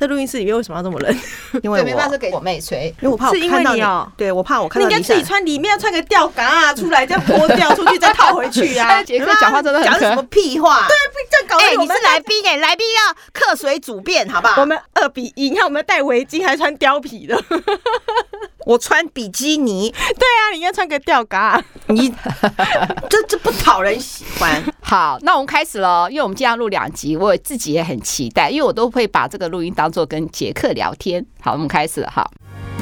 在录音室里面为什么要这么冷？ 因为没办法给我妹吹， 因为我怕我看到你对我怕我看到你。你应该自己穿里面要穿个吊嘎出来，这样脱掉出去再套回去啊！ 杰克讲话真的很讲什么屁话？对，这搞得你是来宾来宾要客随主便，好不好？ 我们2比1，你看我们戴围巾还穿貂皮的。 我穿比基尼， 对啊，你应该穿个吊嘎， 你这不讨人喜欢。好，那我们开始了，因为我们今天要录2集，我自己也很期待，因为我都会把这个录音当作跟杰克聊天。好，我们开始了，好。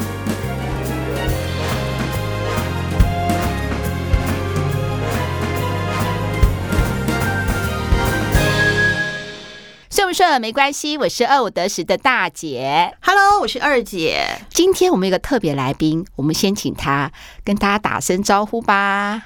顺不顺没关系，我是25得10的大姐。 Hello， 我是2姐。 今天我们有个特别来宾，我们先请他跟大家打声招呼吧。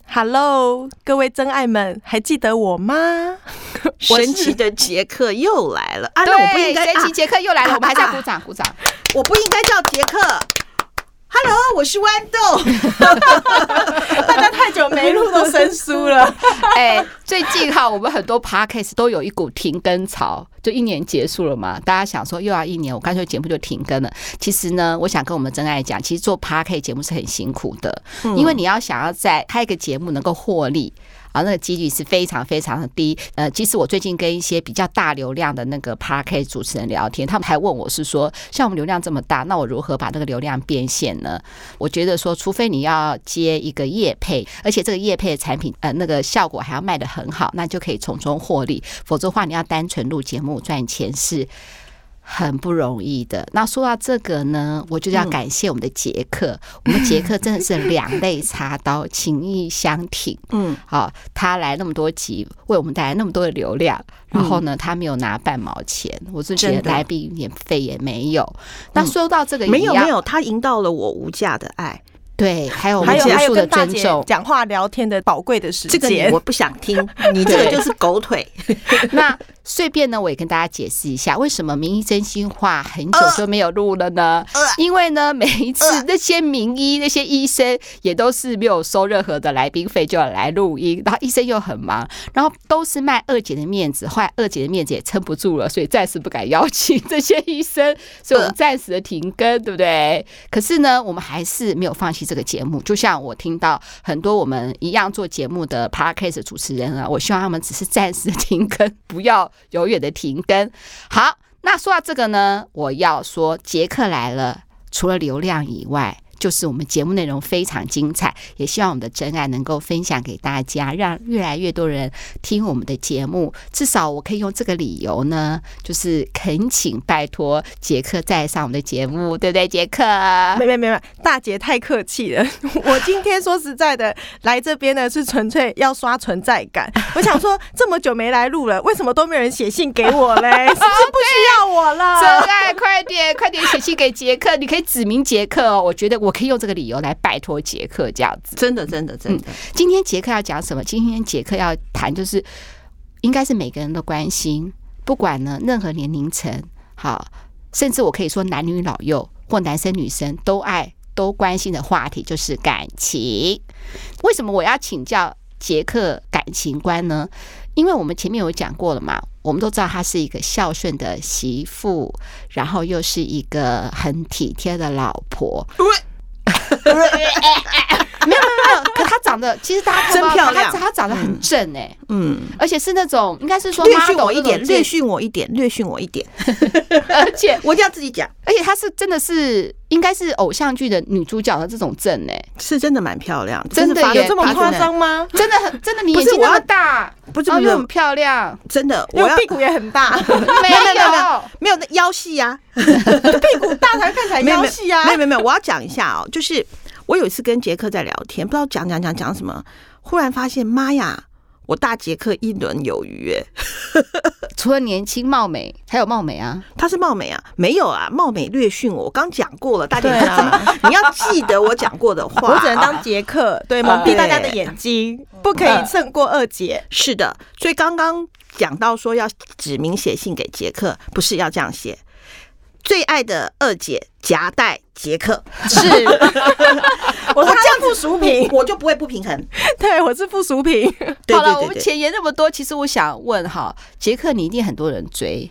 Hello， 各位真爱们，还记得我吗？ 神奇的杰克又来了啊！ 那我不应该， 神奇杰克又来了，我们还是要鼓掌鼓掌。 我不应该叫杰克。Hello， 我是豌豆。大家太久没录都生疏了。 最近我们很多 podcast 都有一股停更潮，就1年结束了嘛，大家想说又要1年，我干脆节目就停更了。其实呢，我想跟我们真爱讲，其实做 podcast 节目是很辛苦的，因为你要想要在开一个节目能够获利。那个几率是非常非常的低。其实我最近跟一些比较大流量的那个 podcast 主持人聊天，他们还问我是说，像我们流量这么大，那我如何把那个流量变现呢？我觉得说，除非你要接一个业配，而且这个业配的产品那个效果还要卖得很好，那就可以从中获利。否则的话，你要单纯录节目赚钱是很不容易的。那说到这个呢，我就要感谢我们的杰克。我们杰克真的是2肋插刀，情义相挺。好，他来那么多集，为我们带来那么多的流量，然后呢，他没有拿半毛钱，我是觉得来宾一点费也没有。那说到这个， 没有，他赢到了我无价的爱。 对，还有我们结束的尊重， 讲话聊天的宝贵的时间， 这个我不想听，你这个就是狗腿。那顺便呢，我也跟大家解释一下，为什么名医真心话很久就没有录了呢？因为呢，每一次那些名医、那些医生也都是没有收任何的来宾费就要来录音，然后医生又很忙，然后都是卖2姐的面子，后来2姐的面子也撑不住了，所以暂时不敢邀请这些医生，所以我们暂时的停更，对不对？可是呢，我们还是没有放弃这个节目。就像我听到很多我们一样做节目的 podcast 主持人啊，我希望他们只是暂时的停更，不要永远的停更。好，那说到这个呢，我要说杰克来了，除了流量以外，就是我们节目内容非常精彩，也希望我们的真爱能够分享给大家，让越来越多人听我们的节目。至少我可以用这个理由呢，就是恳请拜托杰克再上我们的节目，对不对，杰克？ 没，大姐太客气了。我今天说实在的，来这边呢是纯粹要刷存在感。我想说，这么久没来录了，为什么都没有人写信给我嘞？是不是不需要我了？ 真爱，快点写信给杰克，你可以指名杰克哦。我觉得我可以用这个理由来拜托杰克，这样子。 真的。 今天杰克要讲什么？今天杰克要谈就是应该是每个人都关心，不管呢任何年龄层，好，甚至我可以说男女老幼或男生女生都关心的话题，就是感情。为什么我要请教杰克感情观呢？因为我们前面有讲过了嘛，我们都知道她是一个孝顺的媳妇，然后又是一个很体贴的老婆。没有，可她长得其实大家真漂亮， 她长得很正而且是那种应该是说略逊我一点，而且我一定要自己讲， 而且她是真的是应该是偶像剧的女主角的这种正是真的蛮漂亮， 真的有这么夸张吗？ 真的你眼睛那么大， 不是又很漂亮， 真的，我屁股也很大，没有腰细啊，屁股大才看起来腰细啊，没有，我要讲一下哦，就是我有一次跟杰克在聊天，不知道讲什么，忽然发现妈呀，我大杰克一轮有余耶。 除了年轻貌美，还有貌美啊？ 他是貌美啊？没有啊，貌美略逊我刚讲过了，大家你要记得我讲过的话。我只能当杰克，对，蒙蔽大家的眼睛，不可以胜过2姐。是的，所以刚刚讲到说要指名写信给杰克，不是要这样写。最爱的2姐夹带杰克，是我这样附属品，我就不会不平衡。对，我是附属品。 好了，我们前言那么多，其实我想问哈，杰克你一定很多人追，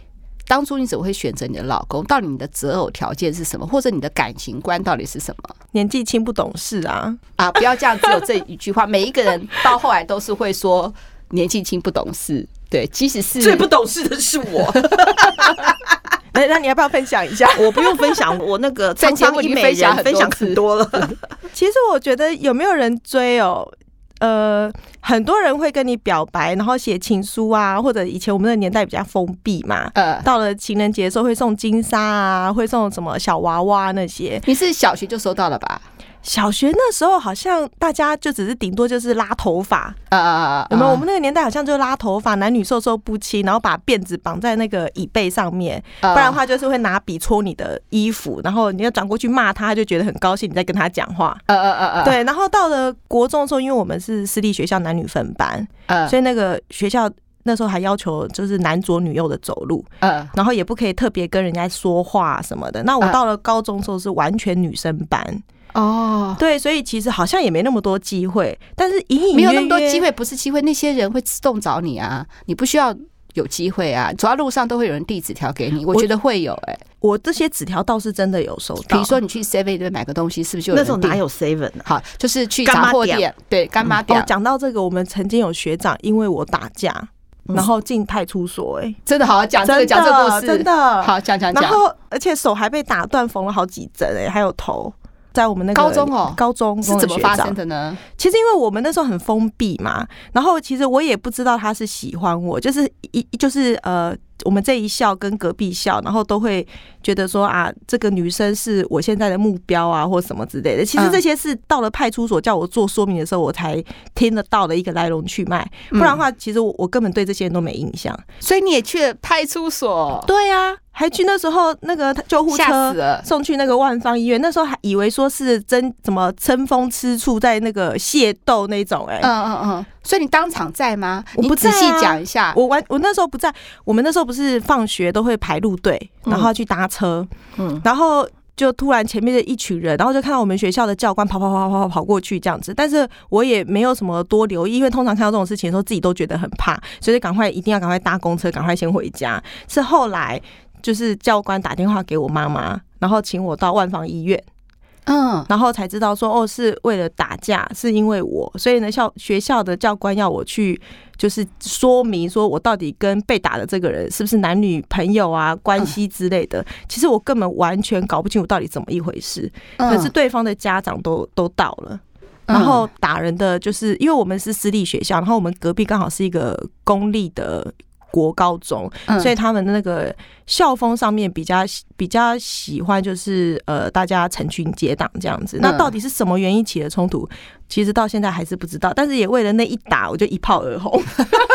当初你怎么会选择你的老公？到底你的择偶条件是什么，或者你的感情观到底是什么？ 年纪轻不懂事啊！ 不要这样，只有这一句话。每一个人到后来都是会说年纪轻不懂事，对，即使是最不懂事的是我。那你要不要分享一下？我不用分享，我那个在节目里面分享很多了。其实我觉得有没有人追哦？很多人会跟你表白，然后写情书啊，或者以前我们那个年代比较封闭嘛，到了情人节的时候会送金沙啊，会送什么小娃娃那些。 你是小学就收到了吧？ 小学那时候好像大家就只是顶多就是拉头发，有没有？我们那个年代好像就拉头发，男女授受不亲，然后把辫子绑在那个椅背上面，不然的话就是会拿笔戳你的衣服，然后你要转过去骂他，他就觉得很高兴你在跟他讲话。对，然后到了国中的时候，因为我们是私立学校男女分班，所以那个学校那时候还要求就是男左女右的走路，然后也不可以特别跟人家说话什么的。那我到了高中的时候是完全女生班。对，所以其实好像也没那么多机会，但是隐隐约约没有那么多机会，不是机会，那些人会自动找你啊，你不需要有机会啊，走在路上都会有人递纸条给你，我觉得会有我这些纸条倒是真的有收到， 比如说你去 7-Eleven 买个东西，是不是就有人那时候哪有 7 好，就是去杂货店，对，干妈店。 讲到这个，我们曾经有学长因为我打架，然后进派出所， 真的好讲这个故事， 真的好讲， 然后而且手还被打断，缝了好几针，还有头。在我们那个高中是怎么发生的呢？ 其实因为我们那时候很封闭嘛，然后其实我也不知道他是喜欢我，就是我们这一校跟隔壁校，然后都会觉得说啊，这个女生是我现在的目标啊，或什么之类的。其实这些是到了派出所叫我做说明的时候，我才听得到的一个来龙去脉。不然的话，其实我根本对这些人都没印象。 所以你也去了派出所？ 对啊，还去那时候那个救护车送去那个万芳医院，那时候还以为说是怎么争风吃醋，在那个械斗那种所以你当场在吗？ 我不在你仔细讲一下。 我那时候不在，我们那时候不是放学都会排路队，然后去搭车，然后就突然前面的一群人，然后就看到我们学校的教官跑过去这样子，但是我也没有什么多留意，因为通常看到这种事情的时候，自己都觉得很怕，所以一定要赶快搭公车，赶快先回家。是后来就是教官打电话给我妈妈，然后请我到万芳医院。然后才知道说是为了打架，是因为我，所以呢学校的教官要我去就是说明说我到底跟被打的这个人是不是男女朋友啊关系之类的。其实我根本完全搞不清楚到底怎么一回事，可是对方的家长都到了。然后打人的就是因为我们是私立学校，然后我们隔壁刚好是一个公立的国高中，所以他们的那个校风上面比较喜欢就是大家成群结党这样子。那到底是什么原因起的冲突，其实到现在还是不知道。但是也为了那一打，我就一炮而红，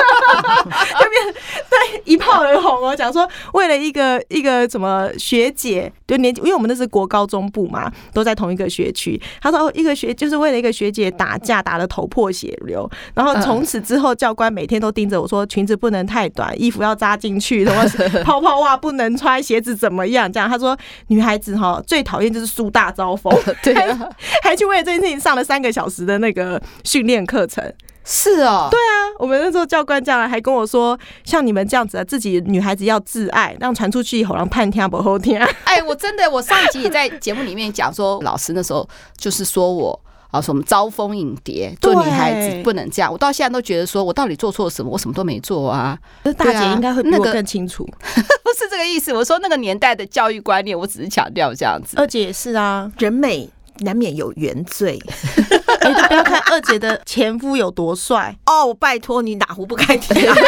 对，一炮而红哦。讲说为了一个什么学姐，就因为我们那是国高中部嘛，都在同一个学区。他说就是为了一个学姐打架，打得头破血流。然后从此之后，教官每天都盯着我说，裙子不能太短，衣服要扎进去，什么泡泡袜不能穿，鞋子怎么样？这样他说女孩子最讨厌就是树大招风，对，还去为了这件事情上了3个小时的那个训练课程。 是哦， 对啊，我们那时候教官这样还跟我说，像你们这样子自己女孩子要自爱，让传出去以后让判听不好听。 我上一集也在节目里面讲说，老师那时候就是说我什么招蜂引蝶，做女孩子不能这样。我到现在都觉得说我到底做错什么？我什么都没做啊。 大姐应该会比我更清楚， 不是这个意思。我说那个年代的教育观念，我只是强调这样子。 二姐也是啊，人美难免有原罪。你都不要看二姐的前夫有多帅我拜托你哪壶不开提啊。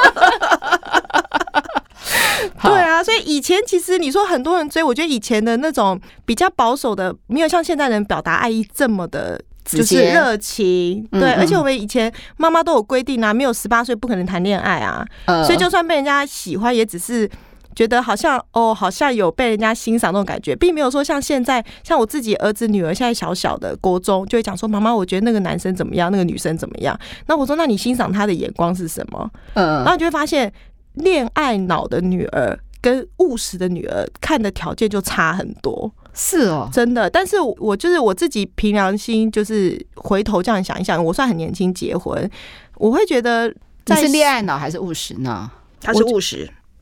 对啊，所以以前其实你说很多人追，我觉得以前的那种比较保守的，没有像现在人表达爱意这么的就是热情。对，而且我们以前妈妈都有规定啊，没有18岁不可能谈恋爱啊，所以就算被人家喜欢，也只是觉得好像有被人家欣赏那种感觉，并没有说像现在，像我自己儿子女儿现在小小的国中就会讲说，妈妈我觉得那个男生怎么样，那个女生怎么样。那我说那你欣赏他的眼光是什么？然后你就会发现恋爱脑的女儿跟务实的女儿看的条件就差很多。 是哦， 真的。但是我就是我自己凭良心，就是回头这样想一想，我算很年轻结婚，我会觉得你是恋爱脑还是务实呢？ 他是务实。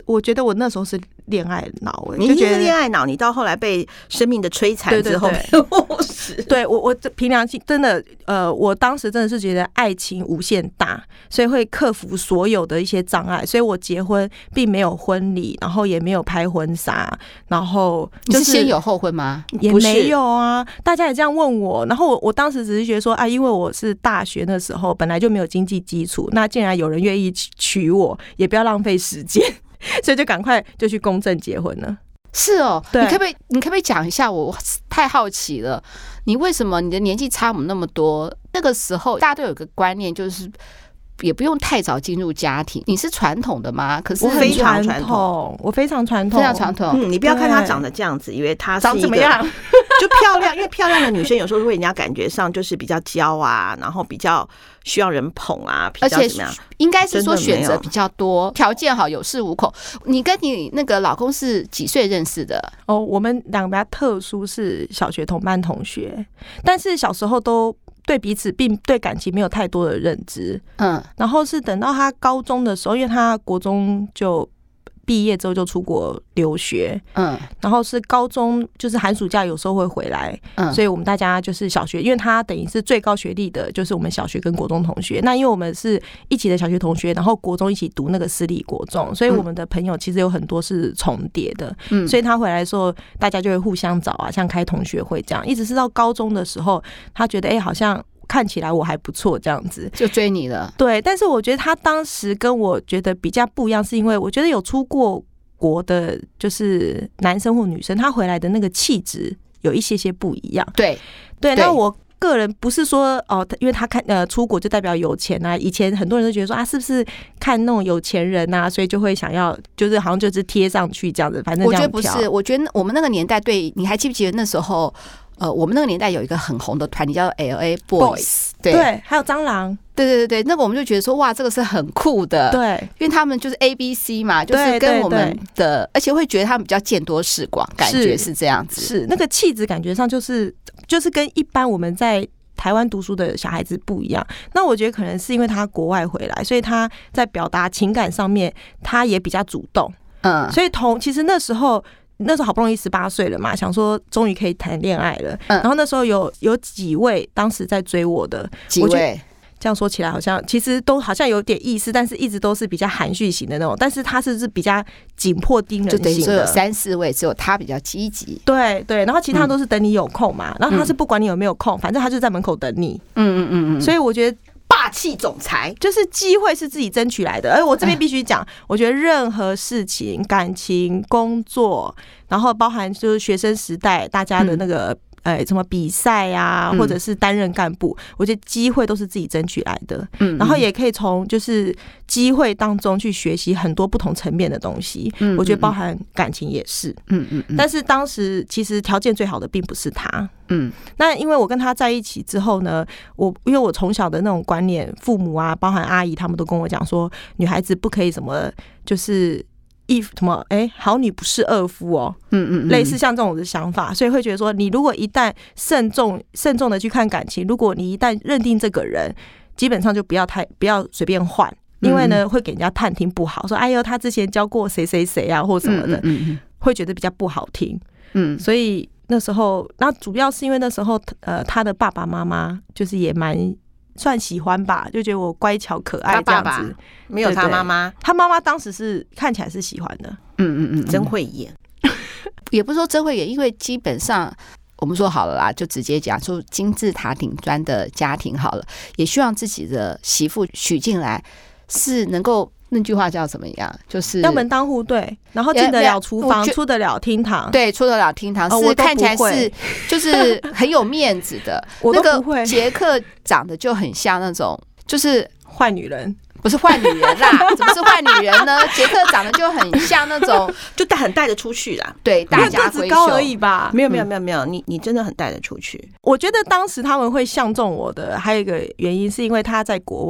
我觉得我那时候是恋爱脑， 你一定是恋爱脑，你到后来被生命的摧残之后， 对我凭良心真的，我当时真的是觉得爱情无限大，所以会克服所有的一些障碍，所以我结婚并没有婚礼，然后也没有拍婚纱，然后你是先有后婚吗？ 也没有啊，大家也这样问我，然后我当时只是觉得说啊，因为我是大学那时候本来就没有经济基础，那既然有人愿意娶我，也不要浪费时间，所以就赶快就去公证结婚了。 是哦，你可不可以讲一下？我太好奇了，你为什么你的年纪差我们那么多？那个时候大家都有个观念，就是也不用太早进入家庭。你是传统的吗？可是我非常传统，我非常传统， 非常传统。 你不要看她长得这样子，以为她是一个长怎么样就漂亮，因为漂亮的女生有时候会人家感觉上就是比较娇啊，然后比较需要人捧啊，比较怎么样？ 应该是说选择比较多，条件好，有恃无恐。你跟你那个老公是几岁认识的？ 哦，我们两个比较特殊，是小学同班同学，但是小时候都对彼此并对感情没有太多的认知。然后是等到他高中的时候，因为他国中就毕业之后就出国留学，然后是高中就是寒暑假有时候会回来，所以我们大家就是小学，因为他等于是最高学历的，就是我们小学跟国中同学。那因为我们是一起的小学同学，然后国中一起读那个私立国中，所以我们的朋友其实有很多是重叠的，所以他回来的时候，大家就会互相找啊，像开同学会这样，一直是到高中的时候，他觉得好像看起来我还不错，这样子就追你了。 对，但是我觉得他当时跟我觉得比较不一样，是因为我觉得有出过国的，就是男生或女生，他回来的那个气质有一些不一样。 对， 那我个人不是说因为他出国就代表有钱啊。以前很多人都觉得说啊，是不是看那种有钱人啊，所以就会想要就是好像就是贴上去这样子，反正这样我觉得不是，我觉得我们那个年代，对，你还记不记得那时候？我们那个年代有一个很红的团体叫 LA Boys， 对，还有蟑螂， 对，那个我们就觉得说哇，这个是很酷的， 对， 因为他们就是 ABC 嘛，就是跟我们的，而且会觉得他们比较见多识广，感觉是这样子， 是那个气质感觉上就是跟一般我们在台湾读书的小孩子不一样。那我觉得可能是因为他国外回来，所以他在表达情感上面他也比较主动，所以其实那时候好不容易18岁了嘛，想说终于可以谈恋爱了。然后那时候有几位当时在追我的， 几位这样说起来好像其实都好像有点意思，但是一直都是比较含蓄型的那种，但是他是比较紧迫盯人型的， 就等于说有3、4位，只有他比较积极。 对，然后其他都是等你有空嘛，然后他是不管你有没有空，反正他就在门口等你。所以我觉得霸气总裁就是机会是自己争取来的。而我这边必须讲，我觉得任何事情、感情、工作，然后包含就是学生时代大家的那个什么比赛啊，或者是担任干部，我觉得机会都是自己争取来的。然后也可以从就是机会当中去学习很多不同层面的东西。我觉得包含感情也是。但是当时其实条件最好的并不是他。那因为我跟他在一起之后呢，因为我从小的那种观念，父母啊，包含阿姨他们都跟我讲说，女孩子不可以什么就是什么好女不识二夫哦，类似像这种的想法，所以会觉得说，你如果一旦慎重的去看感情，如果你一旦认定这个人，基本上就不要随便换，因为呢会给人家探听不好，说哎呦他之前教过谁谁谁啊或什么的，会觉得比较不好听。所以那时候，那主要是因为那时候他的爸爸妈妈就是也蛮算喜欢吧，就觉得我乖巧可爱这样子。 他爸爸没有他妈妈， 他妈妈当时是看起来是喜欢的。 真会演。 也不是说真会演，因为基本上我们说好了啦，就直接讲说金字塔顶端的家庭好了，也希望自己的媳妇娶进来是能够。那句话叫怎么样？就是要门当户对，然后进得了厨房，出得了厅堂。 对，出得了厅堂，是看起来是就是很有面子的。 我都不会。 那个杰克长得就很像那种，就是坏女人， 不是坏女人啦，怎么是坏女人呢？杰克长得就很像那种， 就很带得出去啦。 对，大家个子高而已吧？ 没有，你真的很带得出去。 我觉得当时他们会相中我的，还有一个原因是因为他在国外。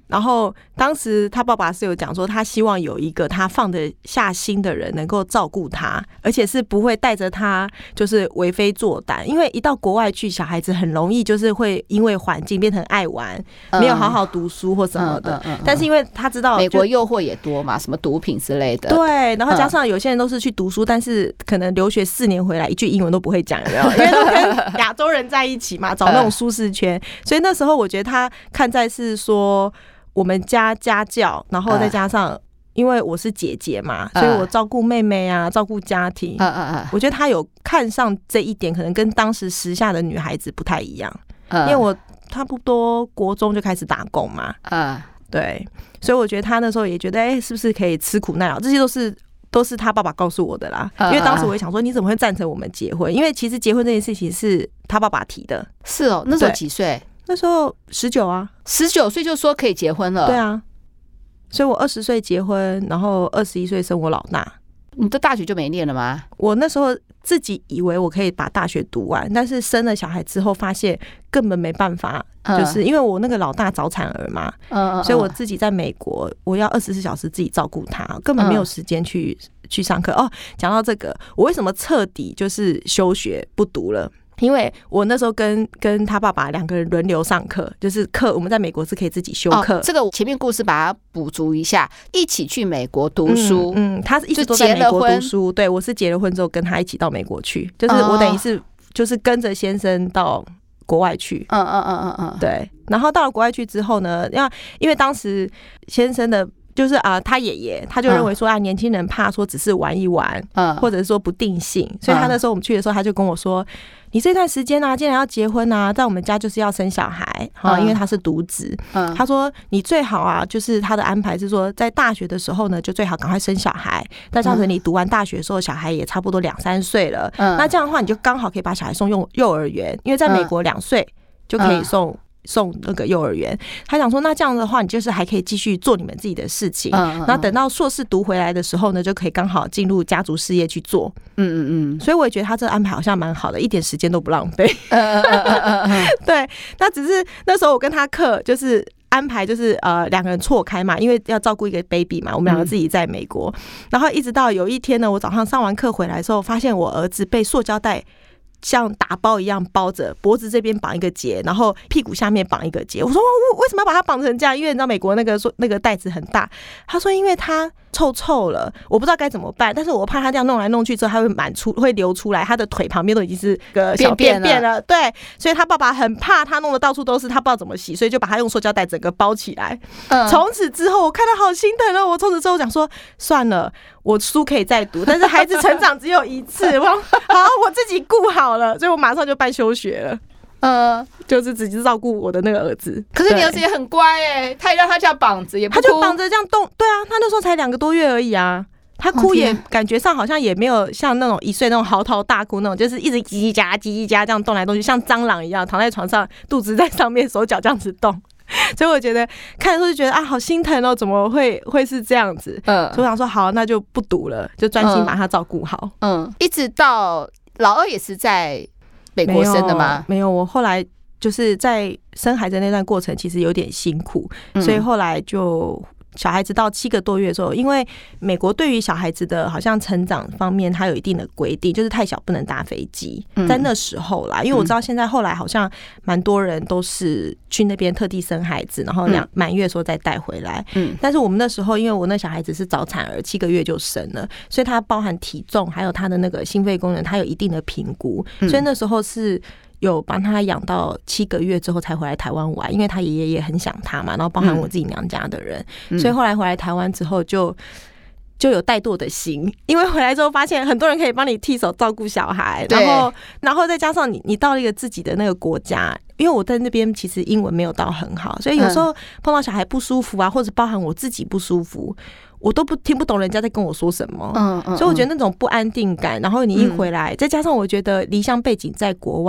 然后当时他爸爸是有讲说，他希望有一个他放得下心的人能够照顾他，而且是不会带着他就是为非作歹。因为一到国外去，小孩子很容易就是会因为环境变成爱玩，没有好好读书或什么的。但是因为他知道美国诱惑也多嘛，什么毒品之类的。 对，然后加上有些人都是去读书，但是可能留学4年回来一句英文都不会讲，有没有？因为都跟亚洲人在一起嘛，找那种舒适圈。所以那时候我觉得他看在是说我们家家教，然后再加上因为我是姐姐嘛，所以我照顾妹妹啊，照顾家庭。我觉得他有看上这一点，可能跟当时时下的女孩子不太一样。因为我差不多国中就开始打工嘛。对，所以我觉得他那时候也觉得，是不是可以吃苦耐劳？这些都是他爸爸告诉我的啦。因为当时我也想说，你怎么会赞成我们结婚？因为其实结婚这件事情是他爸爸提的。 是哦，那时候几岁？ 那时候19啊 ，19岁就说可以结婚了。 对啊，所以我20岁结婚，然后21岁生我老大。 你的大学就没念了吗？ 我那时候自己以为我可以把大学读完，但是生了小孩之后发现根本没办法，就是因为我那个老大早产儿嘛，所以我自己在美国，我要24小时自己照顾他，根本没有时间去上课。讲到这个，我为什么彻底就是休学不读了？因为我那时候跟他爸爸2个人轮流上课，就是课我们在美国是可以自己修课。 这个前面故事把它补足一下，一起去美国读书。 他一直都在美国读书。对，我是结了婚之后跟他一起到美国去，就是我等于是就是跟着先生到国外去。对，然后到了国外去之后呢，因为当时先生的。就是他爷爷他就认为说年轻人怕说只是玩一玩，或者是说不定性，所以他那时候我们去的时候，他就跟我说，你这段时间既然要结婚在我们家就是要生小孩因为他是独子，他说你最好就是他的安排是说，在大学的时候呢，就最好赶快生小孩，那这样子你读完大学的时候，小孩也差不多2-3岁了，那这样的话你就刚好可以把小孩送幼儿园，因为在美国2岁就可以送那个幼儿园。他想说，那这样的话，你就是还可以继续做你们自己的事情，然后等到硕士读回来的时候呢，就可以刚好进入家族事业去做。所以我也觉得他这个安排好像蛮好的，一点时间都不浪费。对，那只是那时候我跟他课就是安排就是2个人错开嘛，因为要照顾一个 baby 嘛，我们2个自己在美国，然后一直到有一天呢，我早上上完课回来的时候，发现我儿子被塑胶袋像打包一样包着，脖子这边绑一个结，然后屁股下面绑一个结。我说为什么要把它绑成这样？因为你知道美国那个袋子很大。他说因为它臭了，我不知道该怎么办，但是我怕他这样弄来弄去之后，他会流出来，他的腿旁边都已经是个小便便了。对，所以他爸爸很怕他弄得到处都是，他不知道怎么洗，所以就把他用塑胶袋整个包起来。从此之后，我看到好心疼哦。我从此之后讲说，算了，我书可以再读，但是孩子成长只有一次，我好，我自己顾好了，所以我马上就办休学了。就是只是照顾我的那个儿子。 可是你儿子也很乖他也让他这样绑着，也不哭， 他就绑着这样动。对啊，他那时候才2个多月而已啊。他哭也感觉上好像也没有像那种1岁那种嚎啕大哭那种，就是一直叽叽喳叽叽喳这样动来动去，像蟑螂一样躺在床上，肚子在上面，手脚这样子动。所以我觉得看的时候就觉得好心疼怎么会是这样子。所以我想说好，那就不读了，就专心把他照顾好。 一直到老二也是在美国生的吗？ 没有，我后来就是在生孩子那段过程其实有点辛苦，所以后来就小孩子到7个多月之后，因为美国对于小孩子的好像成长方面，它有一定的规定，就是太小不能搭飞机。在那时候啦，因为我知道现在后来好像蛮多人都是去那边特地生孩子，然后满月的时候再带回来。但是我们那时候，因为我那小孩子是早产儿，7个月就生了，所以它包含体重还有他的那个心肺功能，它有一定的评估，所以那时候是有帮他养到7个月之后才回来台湾玩，因为他爷爷也很想他嘛，然后包含我自己娘家的人，所以后来回来台湾之后就有怠惰的心，因为回来之后发现很多人可以帮你替手照顾小孩，然后再加上你到了一个自己的那个国家，因为我在那边其实英文没有到很好，所以有时候碰到小孩不舒服啊，或者包含我自己不舒服，我都听不懂人家在跟我说什么。所以我觉得那种不安定感，然后你一回来，再加上我觉得离乡背景在国外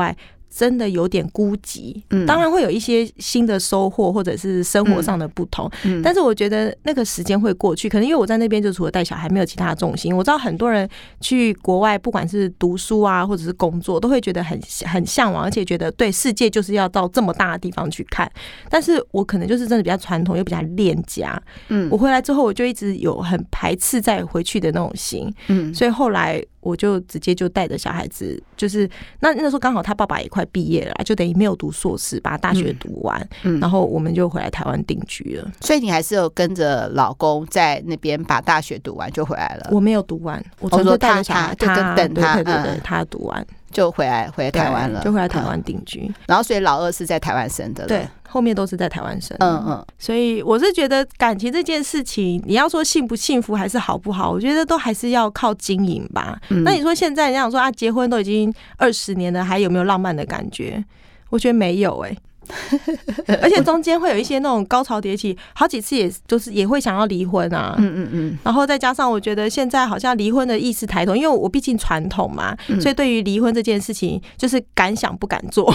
真的有点孤寂，当然会有一些新的收获或者是生活上的不同，但是我觉得那个时间会过去，可能因为我在那边就除了带小孩没有其他的重心。我知道很多人去国外不管是读书啊或者是工作都会觉得很向往，而且觉得对世界就是要到这么大的地方去看，但是我可能就是真的比较传统又比较恋家，我回来之后我就一直有很排斥再回去的那种心，所以后来我就直接就带着小孩子，就是那时候刚好他爸爸也快毕业了，就等于没有读硕士，把大学读完，然后我们就回来台湾定居了。 所以你还是有跟着老公在那边把大学读完就回来了？ 我没有读完，我纯粹带着小孩，他等他，对，他读完就回来台湾了， 就回来台湾定居。 然后所以老二是在台湾生的了， 对，后面都是在台湾生。所以我是觉得感情这件事情，你要说幸不幸福还是好不好，我觉得都还是要靠经营吧。那你说现在人家说啊，结婚都已经20年了，还有没有浪漫的感觉？我觉得没有而且中间会有一些那种高潮迭起，好几次也会想要离婚啊，然后再加上我觉得现在好像离婚的意识抬头，因为我毕竟传统嘛，所以对于离婚这件事情就是敢想不敢做，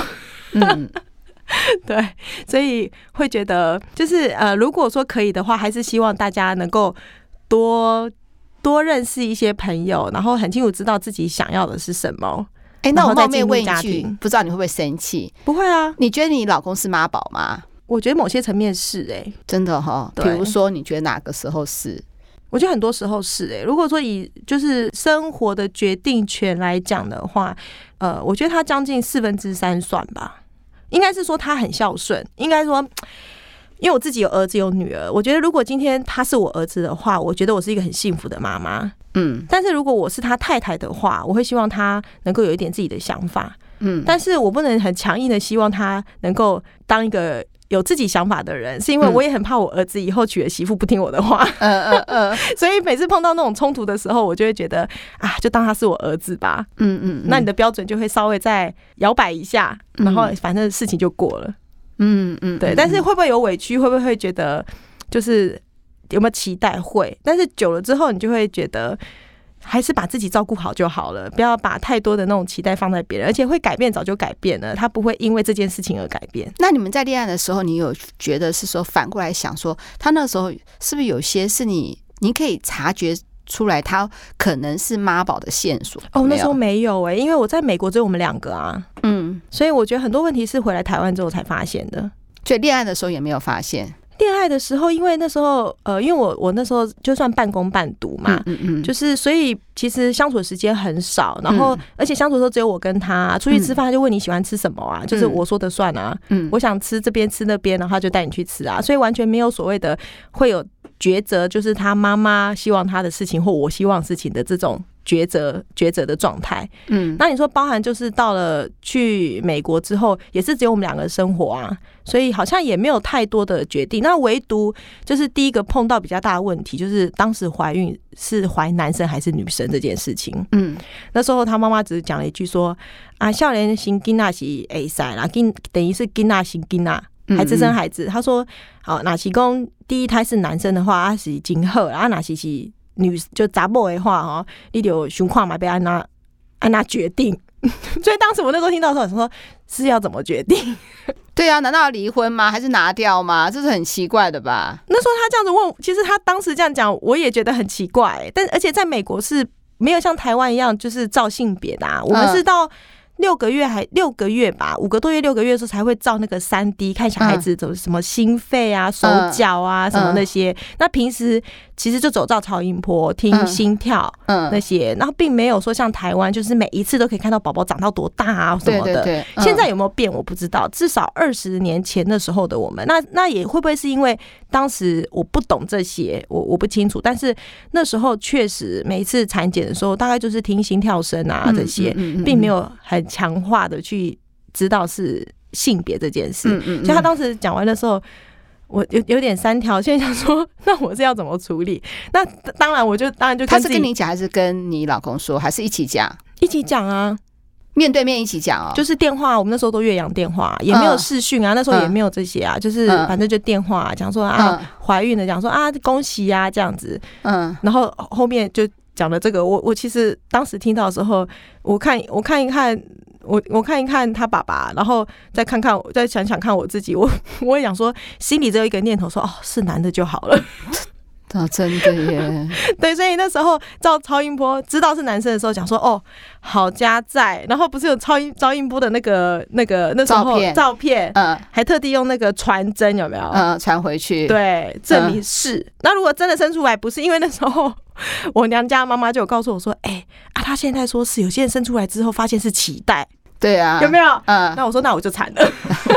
对，所以会觉得就是如果说可以的话，还是希望大家能够多认识一些朋友，然后很清楚知道自己想要的是什么。 那我冒昧问一句，不知道你会不会生气？ 不会啊。你觉得你老公是妈宝吗？ 我觉得某些层面是真的齁。比如说你觉得哪个时候是？ 我觉得很多时候是如果说以就是生活的决定权来讲的话，我觉得他将近3/4算吧。应该是说他很孝顺，应该说。因为我自己有儿子有女儿，我觉得如果今天他是我儿子的话，我觉得我是一个很幸福的妈妈。但是如果我是他太太的话，我会希望他能够有一点自己的想法。但是我不能很强硬的希望他能够当一个有自己想法的人，是因为我也很怕我儿子以后娶了媳妇不听我的话。所以每次碰到那种冲突的时候，我就会觉得啊，就当他是我儿子吧。那你的标准就会稍微再摇摆一下，然后反正事情就过了。对，但是会不会有委屈？会不会觉得就是有没有期待？会，但是久了之后，你就会觉得还是把自己照顾好就好了，不要把太多的那种期待放在别人，而且会改变早就改变了，他不会因为这件事情而改变。 那你们在恋爱的时候，你有觉得是说反过来想说，他那时候是不是有些是你可以察觉出来他可能是妈宝的线索？ 那时候没有因为我在美国只有我们2个啊，所以我觉得很多问题是回来台湾之后才发现的。 所以恋爱的时候也没有发现？ 恋爱的时候，因为那时候因为我那时候就算半工半读嘛，就是所以其实相处的时间很少，然后而且相处的时候只有我跟他，出去吃饭他就问你喜欢吃什么啊，就是我说的算啊，我想吃这边吃那边，然后他就带你去吃啊，所以完全没有所谓的会有抉择，就是他妈妈希望他的事情或我希望事情的这种抉择的状态。那你说包含就是到了去美国之后，也是只有我们2个生活啊，所以好像也没有太多的决定。那唯独就是第一个碰到比较大的问题，就是当时怀孕是怀男生还是女生这件事情。那时候他妈妈只是讲了一句说啊，少年生囡仔是会使啦，等于是囡仔生囡仔。孩子生孩子，他说好，那是讲第一胎是男生的话，他是真好；然后那是女就查某的话，你就想看嘛，被按那决定。所以当时我那时候听到的时候，说是要怎么决定？ 对啊，难道要离婚吗？还是拿掉吗？这是很奇怪的吧？ 那时候他这样子问，其实他当时这样讲，我也觉得很奇怪。但而且在美国是没有像台湾一样，就是照性别的我们是到。6个月吧，5个多月6个月的时候才会照那个3D 看小孩子什么心肺啊、手脚啊什么那些。那平时其实就走照超音波、听心跳那些，然后并没有说像台湾，就是每一次都可以看到宝宝长到多大啊什么的。对，现在有没有变我不知道，至少20年前的时候的我们，那也会不会是因为当时我不懂这些，我不清楚。但是那时候确实每一次产检的时候，大概就是听心跳声啊这些，并没有很强化的去知道是性别这件事。所以他当时讲完的时候，我有点3条线，想说那我是要怎么处理？那当然当然就他是跟你讲，还是跟你老公说，还是一起讲？ 一起讲啊， 面对面一起讲就是电话。我们那时候都越洋电话，也没有视讯啊，那时候也没有这些啊，就是反正就电话讲说怀孕了，讲说恭喜啊这样子。然后后面就讲了这个，我其实当时听到的时候，我看一看。 我看一看他爸爸，然后再想想看我自己，我也想说，心里只有一个念头说，哦，是男的就好了。 真的耶。 对，所以那时候照超音波知道是男生的时候，讲说哦，好家在，然后不是有超音波的那时候照片，还特地用那个传真，有没有？ 传回去， 对，证明是。那如果真的生出来不是，因为那时候我娘家妈妈就有告诉我说，他现在说是有些人生出来之后发现是脐带， 对啊， 有没有？那我说那我就惨了。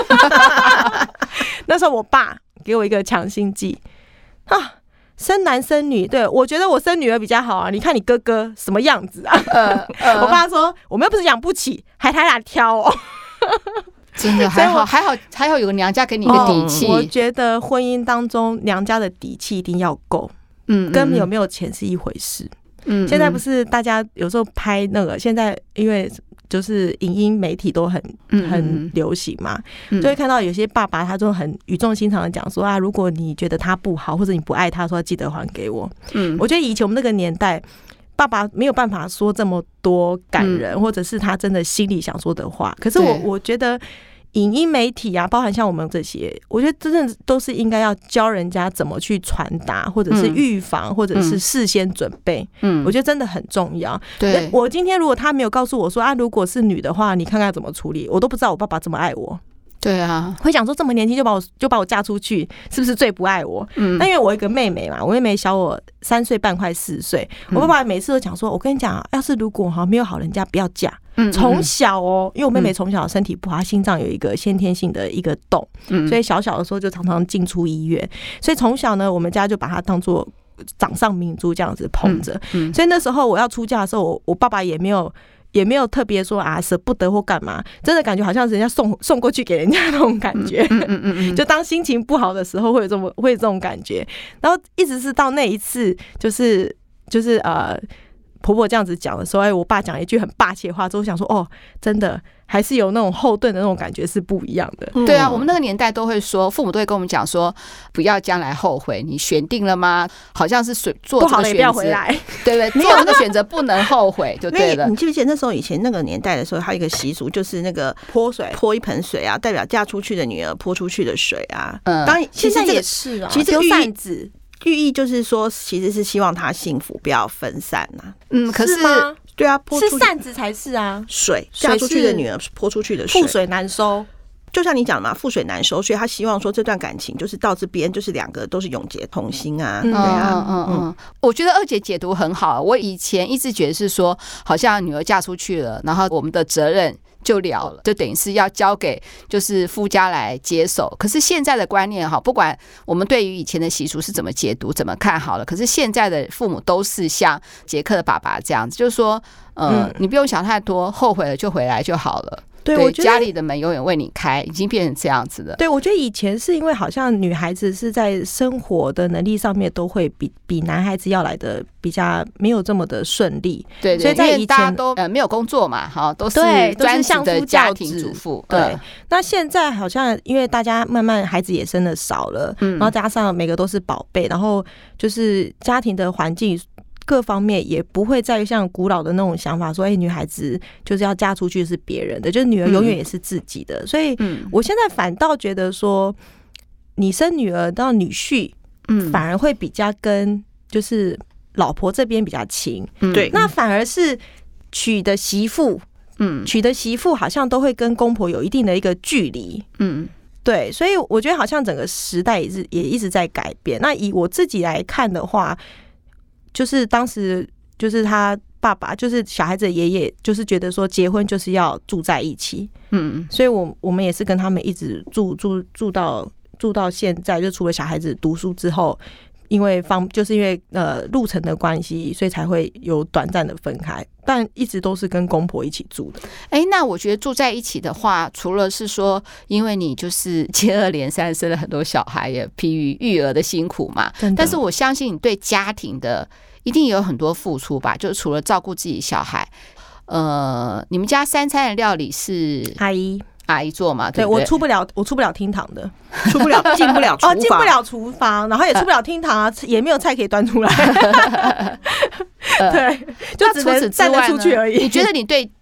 那时候我爸给我一个强心剂啊。生男生女，对，我觉得我生女儿比较好啊。你看你哥哥什么样子啊？我爸说我们又不是养不起，还他俩挑哦。 真的还好有个娘家给你一个底气。 我觉得婚姻当中娘家的底气一定要够，跟有没有钱是一回事。现在不是大家有时候拍那个，现在因为就是影音媒体都很流行嘛，就会看到有些爸爸他就很语重心长的讲说啊，如果你觉得他不好或者你不爱他，说记得还给我。我觉得以前我们那个年代，爸爸没有办法说这么多感人，或者是他真的心里想说的话。可是我觉得影音媒体啊，包含像我们这些，我觉得真的都是应该要教人家怎么去传达，或者是预防，或者是事先准备。我觉得真的很重要。对，我今天如果他没有告诉我说啊，如果是女的话，你看看怎么处理，我都不知道我爸爸这么爱我。 对啊， 会想说这么年轻就把我嫁出去，是不是最不爱我？那因为我有一个妹妹嘛，我妹妹小我3岁半，快4岁。我爸爸每次都讲说，我跟你讲，要是如果没有好人家，不要嫁。从小因为我妹妹从小身体不好，她心脏有一个先天性的一个洞，所以小的时候就常常进出医院。所以从小呢，我们家就把她当作掌上明珠这样子捧着。所以那时候我要出嫁的时候，我爸爸也没有特别说啊舍不得或干嘛，真的感觉好像人家送过去给人家那种感觉。就当心情不好的时候会有这种感觉，然后一直是到那一次就是婆婆这样子讲的时候，我爸讲了一句很霸气的话之后，我想说哦，真的还是有那种后盾的那种感觉是不一样的。 对啊，我们那个年代都会说，父母都会跟我们讲说，不要将来后悔，你选定了吗？好像是做这个选择，不好的也不要回来，对不对？做这个选择不能后悔，就对了。 你记不记得那时候以前那个年代的时候，还有一个习俗，就是那个泼一盆水啊，代表嫁出去的女儿泼出去的水啊。当然现在也是啊， 其实丢扇子。寓意就是说，其实是希望他幸福，不要分散啊。 可是吗？ 对啊， 是扇子才是啊。 水嫁出去的女儿泼出去的水， 覆水难收。 就像你讲的嘛，覆水难收，所以他希望说这段感情就是到这边，就是两个都是永结同心啊。对啊， 我觉得二姐解读很好。我以前一直觉得是说，好像女儿嫁出去了，然后我们的责任就了了，就等于是要交给就是夫家来接手。可是现在的观念哈，不管我们对于以前的习俗是怎么解读、怎么看好了，可是现在的父母都是像杰克的爸爸这样子，就是说，你不用想太多，后悔了就回来就好了。对，我觉得家里的门永远为你开，已经变成这样子的。 对，我觉得以前是因为好像女孩子是在生活的能力上面都会比男孩子要来的比较没有这么的顺利。 对，所以在以前大家都没有工作嘛，哈，都是专职的家庭主妇。 对，那现在好像因为大家慢慢孩子也生的少了，然后加上每个都是宝贝，然后就是家庭的环境。各方面也不会再像古老的那种想法说，女孩子就是要嫁出去是别人的，就是女儿永远也是自己的。所以我现在反倒觉得说，你生女儿到女婿，反而会比较跟就是老婆这边比较亲。对，那反而是娶的媳妇好像都会跟公婆有一定的一个距离。对，所以我觉得好像整个时代也一直在改变。那以我自己来看的话，就是当时就是他爸爸，就是小孩子的爷爷，就是觉得说结婚就是要住在一起，所以我们也是跟他们一直住到现在，就除了小孩子读书之后，因为路程的关系，所以才会有短暂的分开，但一直都是跟公婆一起住的。 那我觉得住在一起的话，除了是说，因为你就是接二连三生了很多小孩，也疲于育儿的辛苦嘛，但是我相信你对家庭的一定有很多付出吧？就是除了照顾自己小孩，你们家3餐的料理是阿姨做嘛？对不对？ 我出不了厅堂的， 进不了厨房， 进不了厨房，然后也出不了厅堂啊，也没有菜可以端出来。对，就只能站得出去而已。 你觉得你对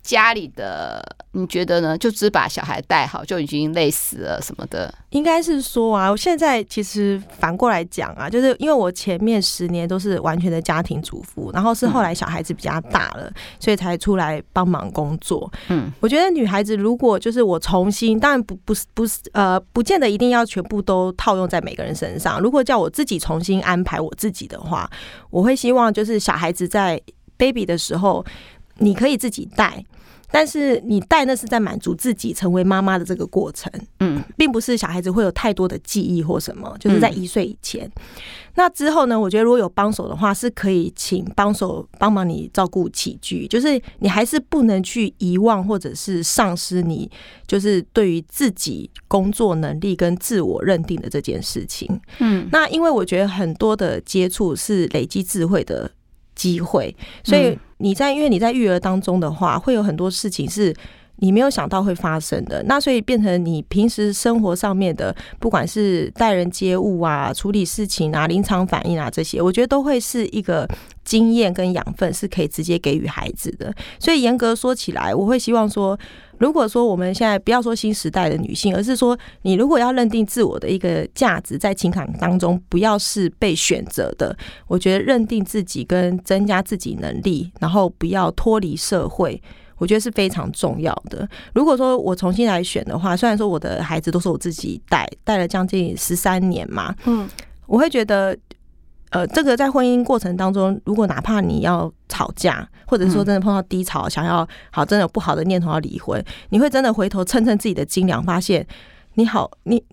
家里的，你觉得呢？就只把小孩带好就已经累死了什么的？ 应该是说啊，我现在其实反过来讲啊，就是因为我前面10年都是完全的家庭主妇，然后是后来小孩子比较大了，所以才出来帮忙工作。我觉得女孩子如果就是我重新，当然不见得一定要全部都套用在每个人身上。如果叫我自己重新安排我自己的话，我会希望就是小孩子在 baby 的时候，你可以自己带。但是你带那是在满足自己成为妈妈的这个过程，并不是小孩子会有太多的记忆或什么，就是在1岁以前。那之后呢，我觉得如果有帮手的话，是可以请帮手帮忙你照顾起居，就是你还是不能去遗忘或者是丧失你就是对于自己工作能力跟自我认定的这件事情。那因为我觉得很多的接触是累积智慧的机会，所以因为你在育儿当中的话，会有很多事情是你没有想到会发生的，那所以变成你平时生活上面的，不管是待人接物啊、处理事情啊、临场反应啊这些，我觉得都会是一个经验跟养分，是可以直接给予孩子的。所以严格说起来，我会希望说，如果说我们现在不要说新时代的女性，而是说你如果要认定自我的一个价值，在情感当中不要是被选择的，我觉得认定自己跟增加自己能力，然后不要脱离社会，我觉得是非常重要的。如果说我重新来选的话，虽然说我的孩子都是我自己带了将近13年嘛，我会觉得这个在婚姻过程当中，如果哪怕你要吵架，或者说真的碰到低潮，想要真的有不好的念头要离婚，你会真的回头称称自己的斤两，发现你好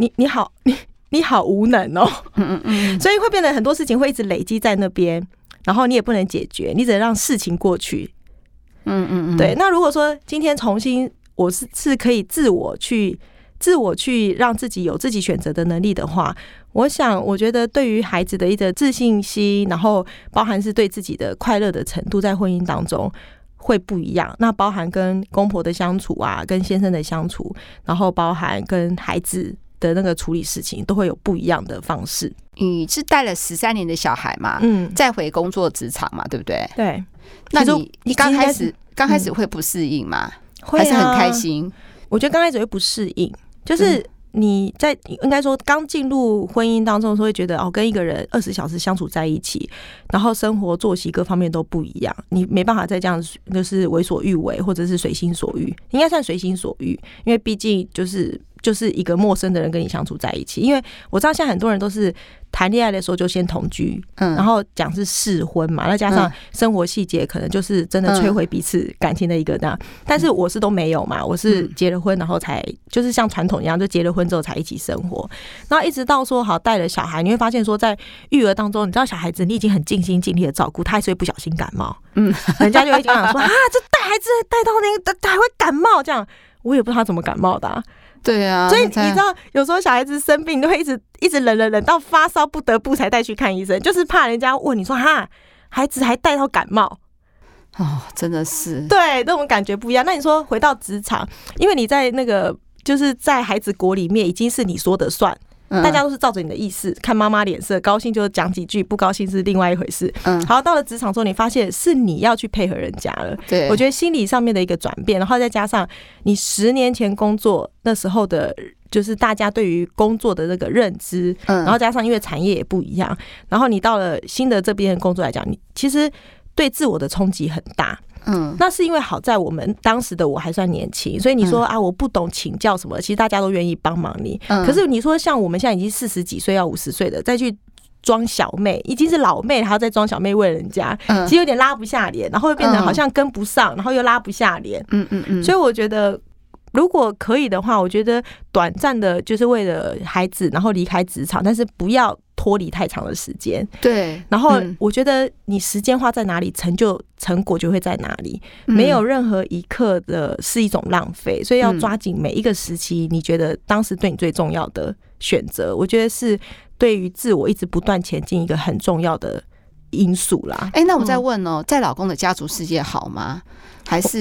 无能哦，所以会变得很多事情会一直累积在那边，然后你也不能解决，你只能让事情过去。对。那如果说今天重新我是可以自我去让自己有自己选择的能力的话，我觉得对于孩子的一个自信心，然后包含是对自己的快乐的程度，在婚姻当中会不一样。那包含跟公婆的相处啊，跟先生的相处，然后包含跟孩子的那个处理事情，都会有不一样的方式。 你是带了13年的小孩嘛，再回工作职场嘛，对不对？ 对。 那你刚开始会不适应吗？还是很开心？ 我觉得刚开始会不适应，就是你在应该说刚进入婚姻当中的时候，会觉得跟一个人20小时相处在一起，然后生活作息各方面都不一样，你没办法再这样就是为所欲为，或者是随心所欲，应该算随心所欲，因为毕竟就是一个陌生的人跟你相处在一起。因为我知道现在很多人都是谈恋爱的时候就先同居，然后讲是试婚嘛，再加上生活细节可能就是真的摧毁彼此感情的一个那。但是我是都没有嘛，我是结了婚然后才就是像传统一样，就结了婚之后才一起生活，然后一直到说好带了小孩，你会发现说在育儿当中，你知道小孩子你已经很尽心尽力的照顾他，还是会不小心感冒，人家就会讲说这带孩子带到那个还会感冒，这样我也不知道他怎么感冒的啊。 对啊， 所以你知道有时候小孩子生病都会一直冷到发烧，不得不才带去看医生，就是怕人家问你说孩子还带到感冒真的是对，那种感觉不一样。那你说回到职场，因为你在那个就是在孩子国里面已经是你说的算，大家都是照着你的意思，看妈妈脸色，高兴就讲几句，不高兴是另外一回事。好，到了职场之后，你发现是你要去配合人家了。 对， 我觉得心理上面的一个转变，然后再加上你10年前工作那时候的，就是大家对于工作的那个认知，然后加上因为产业也不一样，然后你到了新的这边的工作来讲，你其实对自我的冲击很大。那是因为好在我们当时的我还算年轻，所以你说我不懂请教什么，其实大家都愿意帮忙你。可是你说像我们现在已经40几岁要50岁的，再去装小妹，已经是老妹还要再装小妹为人家，其实有点拉不下脸，然后又变成好像跟不上，然后又拉不下脸。所以我觉得如果可以的话，我觉得短暂的就是为了孩子然后离开职场，但是不要脱离太长的时间。 对， 然后我觉得你时间花在哪里，成果就会在哪里，没有任何一刻的是一种浪费，所以要抓紧每一个时期你觉得当时对你最重要的选择，我觉得是对于自我一直不断前进一个很重要的因素啦。 那我再问在老公的家族世界好吗？还是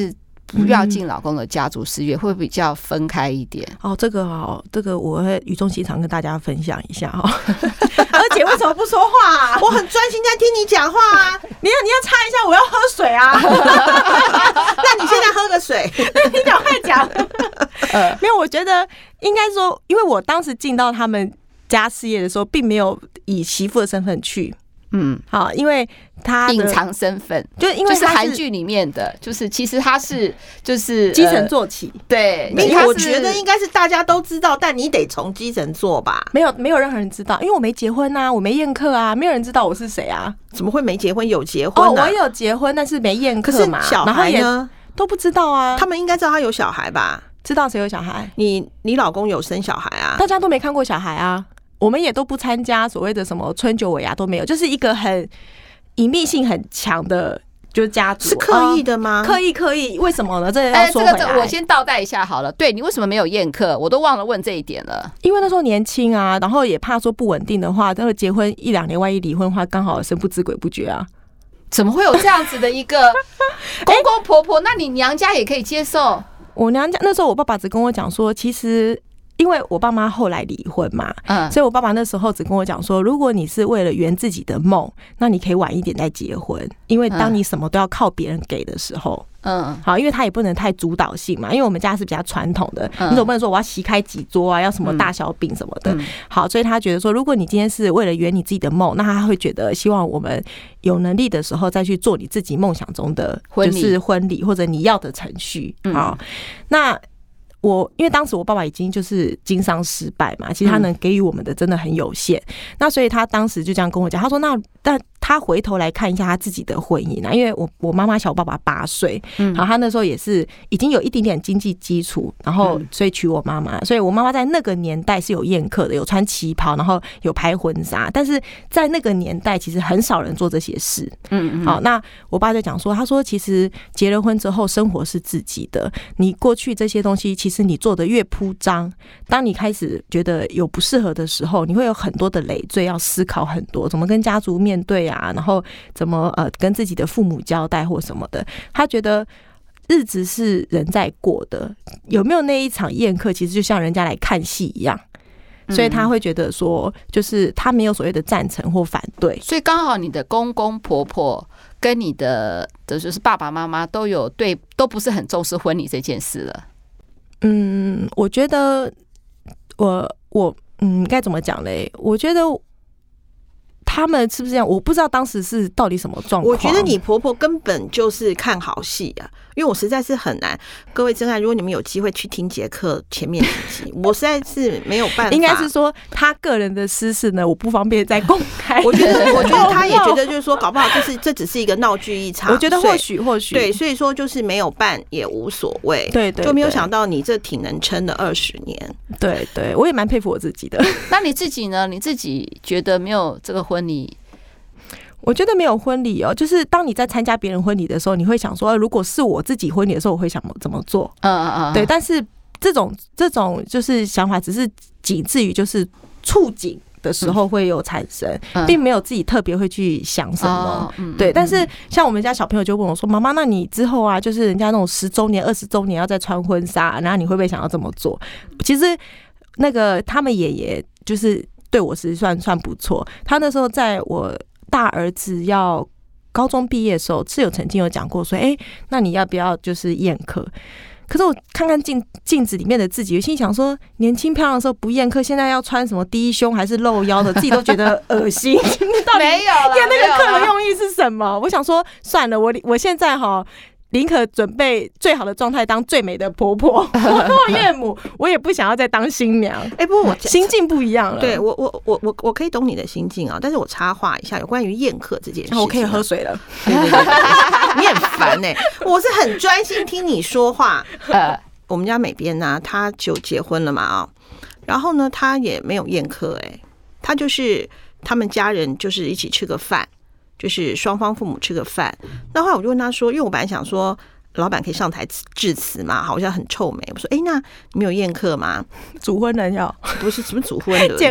不要进老公的家族事业，会比较分开一点。 这个我会语重心长跟大家分享一下二姐为什么不说话啊？ 我很专心在听你讲话啊！ 你要插一下，我要喝水啊！ 那你现在喝个水， 你赶快讲。没有，我觉得应该说，因为我当时进到他们家事业的时候，并没有以媳妇的身份去。好，因为他隐藏身份，就是韩剧里面的，就是其实他是就是基层做起， 对， 我觉得应该是大家都知道，但你得从基层做吧。 没有任何人知道，因为我没结婚啊，我没宴客啊，没有人知道我是谁啊。 怎么会没结婚？有结婚啊？ 我有结婚，但是没宴客嘛。 小孩呢都不知道啊。 他们应该知道他有小孩吧？ 知道谁有小孩？ 你老公有生小孩啊？ 大家都没看过小孩啊。我们也都不参加所谓的什么春酒尾牙都没有，就是一个很隐秘性很强的，就是家族。 是刻意的吗？ 刻意，为什么呢？这要说回来， 这个我先倒带一下好了。对，你为什么没有宴客？我都忘了问这一点了。 因为那时候年轻啊，然后也怕说不稳定的话，那个结婚1-2年，万一离婚的话，刚好神不知鬼不觉啊。 怎么会有这样子的一个公公婆婆？那你娘家也可以接受？ 我娘家那时候，我爸爸只跟我讲说，其实。因为我爸妈后来离婚嘛，所以我爸爸那时候只跟我讲说，如果你是为了圆自己的梦，那你可以晚一点再结婚，因为当你什么都要靠别人给的时候，好，因为他也不能太主导性嘛，因为我们家是比较传统的，你总不能说我要席开几桌啊，要什么大小饼什么的，好，所以他觉得说，如果你今天是为了圆你自己的梦，那他会觉得希望我们有能力的时候再去做你自己梦想中的就是婚礼或者你要的程序，好，那。因为当时我爸爸已经就是经商失败嘛，其实他能给予我们的真的很有限，那所以他当时就这样跟我讲，他说但他回头来看一下他自己的婚姻啊，因为我妈妈小我爸爸8岁，然后他那时候也是已经有一点点经济基础，然后所以娶我妈妈，所以我妈妈在那个年代是有宴客的，有穿旗袍，然后有拍婚纱，但是在那个年代其实很少人做这些事，好，那我爸就讲说，他说其实结了婚之后生活是自己的，你过去这些东西其实你做的越铺张，当你开始觉得有不适合的时候，你会有很多的累赘要思考很多，怎么跟家族面对啊，然后怎么跟自己的父母交代或什么的，他觉得日子是人在过的，有没有那一场宴客其实就像人家来看戏一样，所以他会觉得说就是他没有所谓的赞成或反对， 所以刚好你的公公婆婆跟你的就是爸爸妈妈都不是很重视婚礼这件事了。 我觉得我该怎么讲嘞？我觉得他们是不是这样？我不知道当时是到底什么状况。 我觉得你婆婆根本就是看好戏啊，因为我实在是很难。各位真爱，如果你们有机会去听杰克前面几集，我实在是没有办法。 应该是说他个人的私事呢，我不方便再公开。 我觉得他也觉得就是说，搞不好这只是一个闹剧一场。 我觉得或许对，所以说就是没有办也无所谓。 对， 就没有想到你这挺能撑的20年。 对，我也蛮佩服我自己的。 那你自己呢？你自己觉得没有这个婚礼？ 我觉得没有婚礼哦，就是当你在参加别人婚礼的时候，你会想说，如果是我自己婚礼的时候，我会想怎么做？对。但是这种就是想法，只是仅至于就是触景的时候会有产生，并没有自己特别会去想什么。对。但是像我们家小朋友就问我说：“妈妈，那你之后啊，就是人家那种10周年、20周年要再穿婚纱，然后你会不会想要这么做？”其实那个他们爷爷就是对我是算不错，他那时候在我大儿子要高中毕业的时候，是有曾经有讲过说，那你要不要就是宴客？可是我看看镜子里面的自己，我心想说，年轻漂亮的时候不宴客，现在要穿什么低胸还是露腰的，自己都觉得恶心。到底没有宴那个客的用意是什么？我想说，算了，我现在宁可准备最好的状态当最美的婆婆或岳母，我也不想要再当新娘。 不过我心境不一样了。 对，我可以懂你的心境啊，但是我插话一下，有关于宴客这件事情， 我可以喝水了。 对，你很烦我是很专心听你说话。我们家美编呢，他就结婚了嘛然后呢，他也没有宴客他就是他们家人就是一起吃个饭。就是双方父母吃个饭，那后来我就问他说，因为我本来想说老板可以上台致辞嘛，好像很臭美。我说，那你们有宴客吗？ 主婚人要不是什么主婚的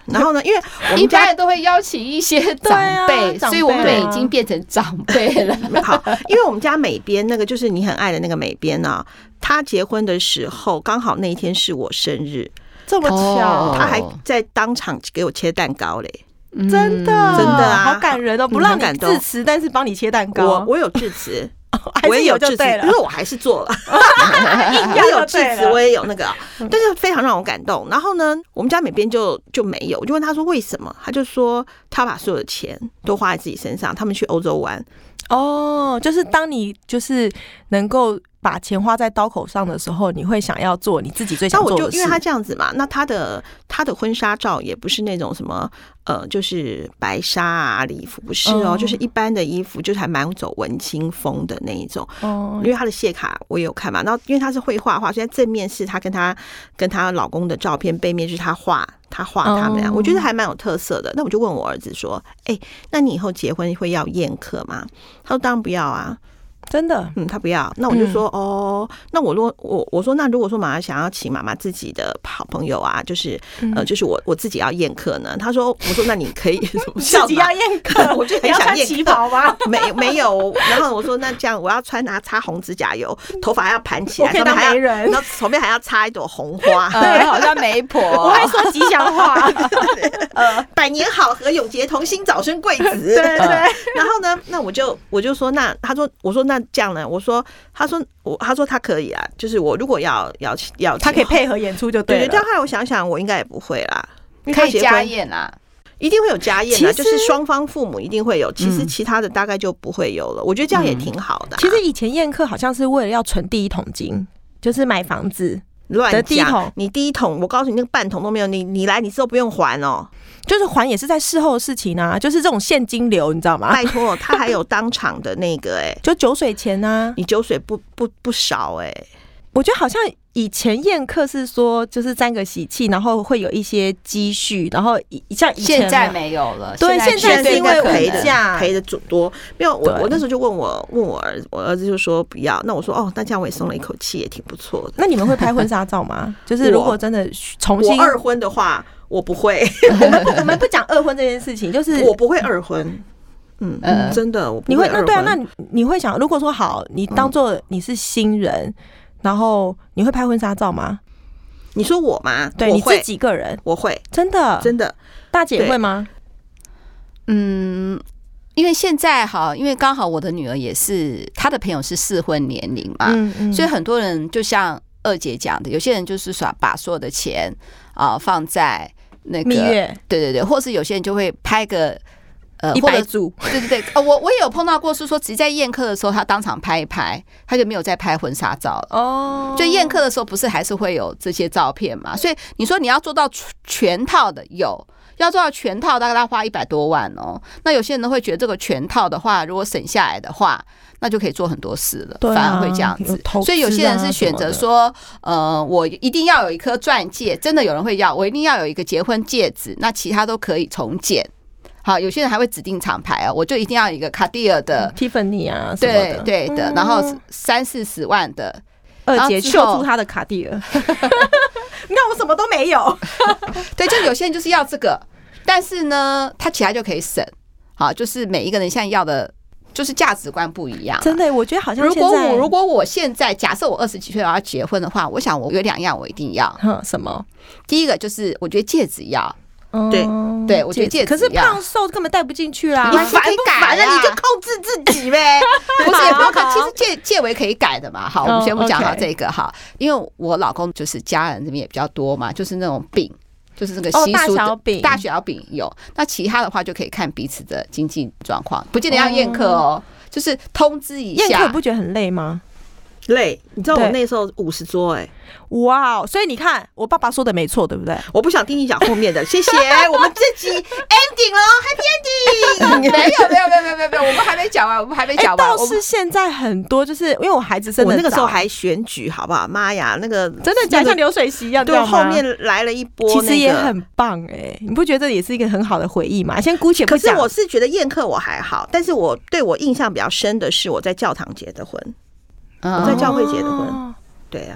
然后呢，因为我们一般人都会邀请一些长辈，所以我们已经变成长辈了。 好，因为我们家美编那个就是你很爱的那个美编啊，他结婚的时候刚好那一天是我生日， 这么巧， 他还在当场给我切蛋糕嘞。 真的啊， 好感人哦！不让你致辞，但是帮你切蛋糕。 我有致辞， 我也有致辞， 因为我还是做了。我有致辞，我也有那个，但是非常让我感动。然后呢，我们家美编就没有，我就问他说为什么，他就说他把所有的钱都花在自己身上，他们去欧洲玩。 哦，就是当你就是能够把钱花在刀口上的时候，你会想要做你自己最想做的事。 那我就因为他这样子嘛，那他的婚纱照也不是那种什么就是白纱啊礼服，不是哦，就是一般的衣服，就是还蛮走文青风的那一种。因为他的谢卡我也有看嘛，然后因为他是会画画，所以正面是他跟他老公的照片，背面是他画他们俩，我觉得还蛮有特色的。那我就问我儿子说：“那你以后结婚会要宴客吗？”他说：“当然不要啊。” 真的， 他不要。那我就说，那我说，那如果说妈妈想要请妈妈自己的好朋友啊，就是就是我自己要宴客呢。他说，我说那你可以自己要宴客， 我就很想宴旗袍吗？ 没有。然后我说，那这样我要擦红指甲油，头发还要盘起来， 我可以当媒人， 然后旁边还要插一朵红花， 对，好像媒婆。 我会说吉祥话， 百年好合，永结同心，早生贵子。 对。 然后呢，那我就说，那他说，我说那这样呢？他说他可以啊，就是我如果要， 他可以配合演出就对了。 对，但后来我想想，我应该也不会啦， 可以家宴啊， 一定会有家宴啊，就是双方父母一定会有。其实其他的大概就不会有了。我觉得这样也挺好的。 其实以前宴客好像是为了要存第一桶金，就是买房子。 乱讲，你第一桶，我告诉你那个半桶都没有，你来你之后不用还哦。 就是还也是在事后的事情啊，就是这种现金流，你知道吗？ 拜托，他还有当场的那个就酒水钱啊， 你酒水不少我觉得好像以前宴客是说就是沾个喜气，然后会有一些积蓄，然后像以前现在没有了。 对，现在是因为赔的多。没有，我那时候就问我儿子，我儿子就说不要。那我说那这样我也松了一口气，也挺不错的。 那你们会拍婚纱照吗？就是如果真的重新我二婚的话。我不会， 我们不讲二婚这件事情，就是我不会二婚。真的，我不会二婚。 对啊，那你会想，如果说好，你当做你是新人，然后你会拍婚纱照吗？ 你说我吗？ 对，你自己个人， 我会， 真的。大姐会吗？ 因为现在因为刚好我的女儿也是，她的朋友是适婚年龄嘛，所以很多人就像二姐讲的，有些人就是把所有的钱放在那个蜜月， 对，或是有些人就会拍个 100组， 对，我也有碰到过，是说直接在宴客的时候，他当场拍一拍，他就没有再拍婚纱照了。就宴客的时候，不是还是会有这些照片嘛？所以你说你要做到全套的，要做到全套，大概要花100多万哦。那有些人都会觉得这个全套的话，如果省下来的话，那就可以做很多事了，反而会这样子。所以有些人是选择说，我一定要有一颗钻戒，真的有人会要，我一定要有一个结婚戒指，那其他都可以重剪。好，有些人还会指定厂牌我就一定要有一个卡地尔的、 Tiffany 啊什么的， 对的，然后30-40万的。 二姐秀出她的卡地尔，你看我什么都没有。 对，就有些人就是要这个，但是呢，他其他就可以省。好，就是每一个人现在要的，就是价值观不一样。 真的，我觉得好像如果我现在假设我20几岁我要结婚的话，我想我有2样我一定要。 什么？ 第一个就是我觉得戒指要。 对， 我觉得戒指可是胖瘦根本戴不进去啦。 你烦不烦啊？你就控制自己呗。 不是，也不要看，其实戒围可以改的嘛。好，我们先不讲到这个哈，因为我老公就是家人这边也比较多嘛，就是那种饼，就是这个习俗大小饼有。那其他的话就可以看彼此的经济状况，不见得要宴客哦，就是通知一下。 宴客不觉得很累吗？ 累，你知道我那时候50桌哇！所以你看，我爸爸说的没错，对不对？ 我不想听你讲后面的，谢谢。我们这集 ending 了 ，Happy ending。没有，我们还没讲完， 倒是现在很多，就是因为我孩子生的早， 我那个时候还选举，好不好？妈呀，那个真的讲像流水席一样， 对，后面来了一波， 其实也很棒你不觉得也是一个很好的回忆吗？先姑且不讲。 可是我是觉得宴客我还好，但是我对我印象比较深的是我在教堂结的婚。我在教会结的婚，对啊，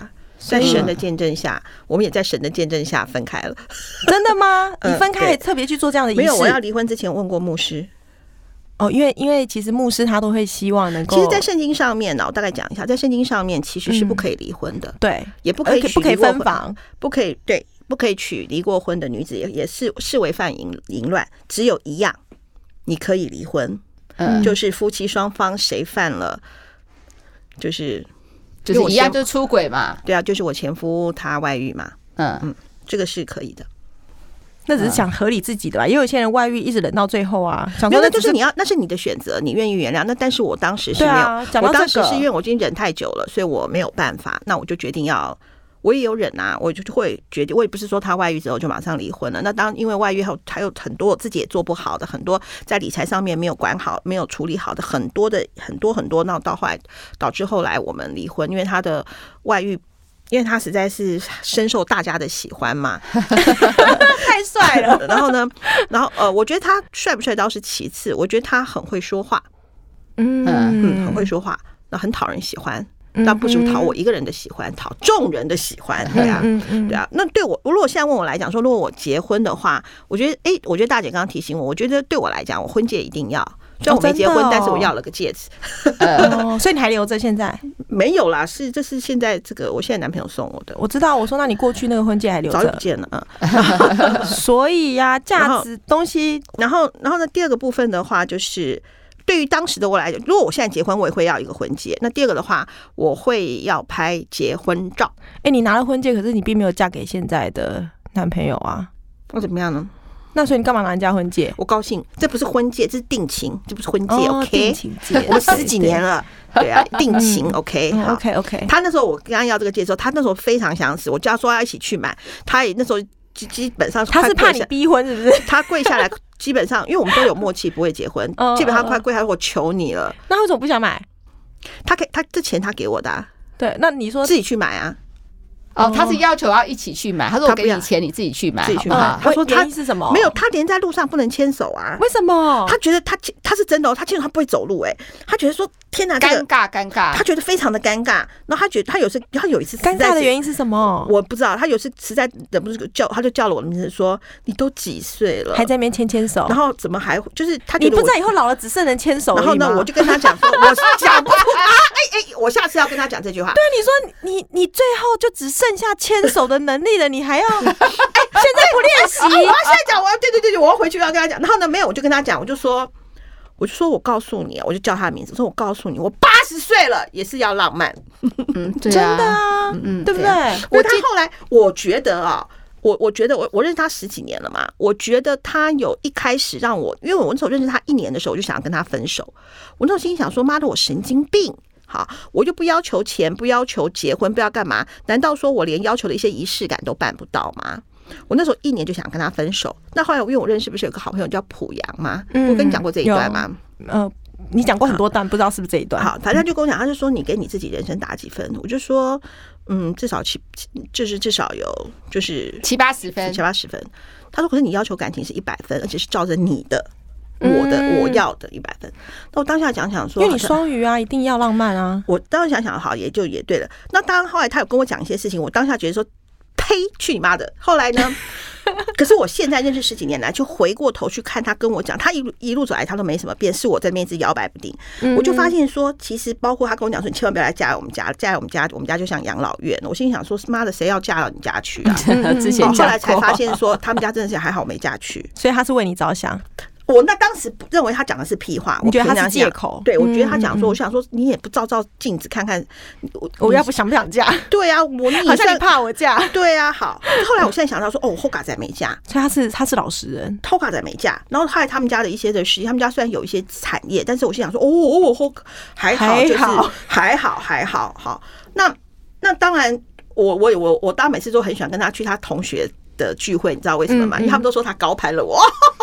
在神的见证下，我们也在神的见证下分开了。 真的吗？你分开也特别去做这样的仪式？ 没有，我要离婚之前问过牧师。 因为其实牧师他都会希望能够， 其实，在圣经上面呢，我大概讲一下，在圣经上面其实是不可以离婚的， 对， 也不可以分房， 不可以娶离过婚的女子，也是视为犯淫乱。只有一样，你可以离婚，就是夫妻双方谁犯了，就是一样，就是出轨嘛。 对啊，就是我前夫他外遇嘛，这个是可以的。 那只是想合理自己的吧，也有些人外遇一直忍到最后啊，想说那就是那是你的选择，你愿意原谅。那但是我当时是没有，我当时是因为我已经忍太久了，所以我没有办法，那我就决定我也有忍啊，我就会决定，我也不是说他外遇之后就马上离婚了。那因为外遇还有很多我自己也做不好的，很多在理财上面没有管好、没有处理好的很多，那到后来导致后来我们离婚，因为他的外遇。因为他实在是深受大家的喜欢嘛， 太帅了。 然后我觉得他帅不帅倒是其次，我觉得他很会说话，很会说话，那很讨人喜欢，但不是讨我一个人的喜欢，讨众人的喜欢，对啊，对啊。那对我，如果现在问我来讲说，如果我结婚的话，我觉得大姐刚刚提醒我觉得对我来讲，我婚戒一定要。虽然我没结婚，但是我要了个戒指。 所以你还留着？现在没有啦，这是现在我现在男朋友送我的。 我知道，我说那你过去那个婚戒还留着？ 早就不见了。 所以呀，价值东西。 然后呢，第二个部分的话，就是对于当时的我来讲，如果我现在结婚，我也会要一个婚戒。那第二个的话，我会要拍结婚照。 你拿了婚戒，可是你并没有嫁给现在的男朋友啊？ 那怎么样呢？ 那所以你干嘛拿人家婚戒？ 我高兴，这不是婚戒，这是定情，这不是婚戒。OK， 定情戒， 我们10几年了，对啊，定情。OK， 好 ，OK。 他那时候我跟他要这个戒的时候，他那时候非常想死，我叫他说要一起去买，他也那时候基本上他是怕你逼婚是不是？ 他跪下来，基本上因为我们都有默契，不会结婚，基本上快跪下来，我求你了。 那为什么不想买？ 他这钱他给我的啊。 对，那你说自己去买啊。 他是要求要一起去买，他说我给你钱，你自己去买， 自己去买。他说原因是什么？ 没有，他连在路上不能牵手啊。 为什么？ 他觉得他是真的他牵手他不会走路他觉得说天哪， 尴尬， 他觉得非常的尴尬。然后他觉得他有一次尴尬的原因是什么？ 我不知道。他有次实在忍不住他就叫了我的名字说：“你都几岁了， 还在那边牵手？ 然后怎么还就是他觉得你不知道以后老了只剩能牵手？ 然后呢，我就跟他讲说，我讲不出我下次要跟他讲这句话。 对啊，你说你最后就只剩下牵手的能力了，你还要现在不练习？ 我要现在讲，对，我要回去要跟他讲。然后呢，没有，我就跟他讲，我就说我告诉你，我就叫他的名字，我说我告诉你，我80岁了也是要浪漫。 真的啊，对不对？ 他后来我觉得我觉得我认识他10几年了嘛，我觉得他有一开始让我，因为我那时候认识他1年的时候，我就想要跟他分手。我那时候心里想说，妈的，我神经病。好，我就不要求钱，不要求结婚，不要干嘛？难道说我连要求的一些仪式感都办不到吗？我那时候1年就想跟他分手。那后来因为我认识不是有个好朋友叫濮阳吗？我跟你讲过这一段吗？ 你讲过很多段，不知道是不是这一段。 好，他就跟我讲，他就说你给你自己人生打几分？我就说至少至少有就是 70、80分 ，70、80分。他说可是你要求感情是100分，而且是照着你的。我要的100分。那我当下想想说， 因为你双鱼啊，一定要浪漫啊。 我当时想想，好，也对了。那当然后来他有跟我讲一些事情，我当下觉得说，呸，去你妈的！后来呢？可是我现在认识10几年来，就回过头去看他跟我讲，他一路走来他都没什么变，是我在那边一直摇摆不定。我就发现说，其实包括他跟我讲说，你千万不要来嫁我们家，嫁我们家就像养老院。我心里想说，妈的，谁要嫁到你家去啊？ 之前后来才发现说，他们家真的是还好没嫁去， 所以他是为你着想。 我那当时认为他讲的是屁话， 你觉得他是借口？ 对，我觉得他讲说，我想说你也不照镜子看看， 我要不想不想嫁？ 对啊， 好像你怕我嫁。 对啊，好。后来我现在想到说，后嘎仔没嫁， 所以他是老实人。 后嘎仔没嫁，然后后来他们家的一些的事情，他们家虽然有一些产业，但是我心想说，还好，就是还好。好，那当然，我当然每次都很喜欢跟他去他同学的聚会，你知道为什么吗？因为他们都说他高攀了我。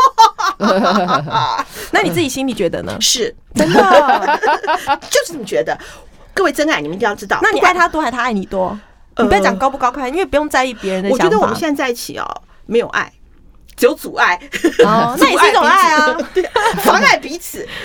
那你自己心里觉得呢？ 是真的， 就是你觉得，各位真爱，你们一定要知道。 那你爱他多还是他爱你多？你不要讲高不高攀，因为不用在意别人的想法。 我觉得我们现在在一起没有爱，只有阻碍。 那也是一种爱啊， 妨碍彼此。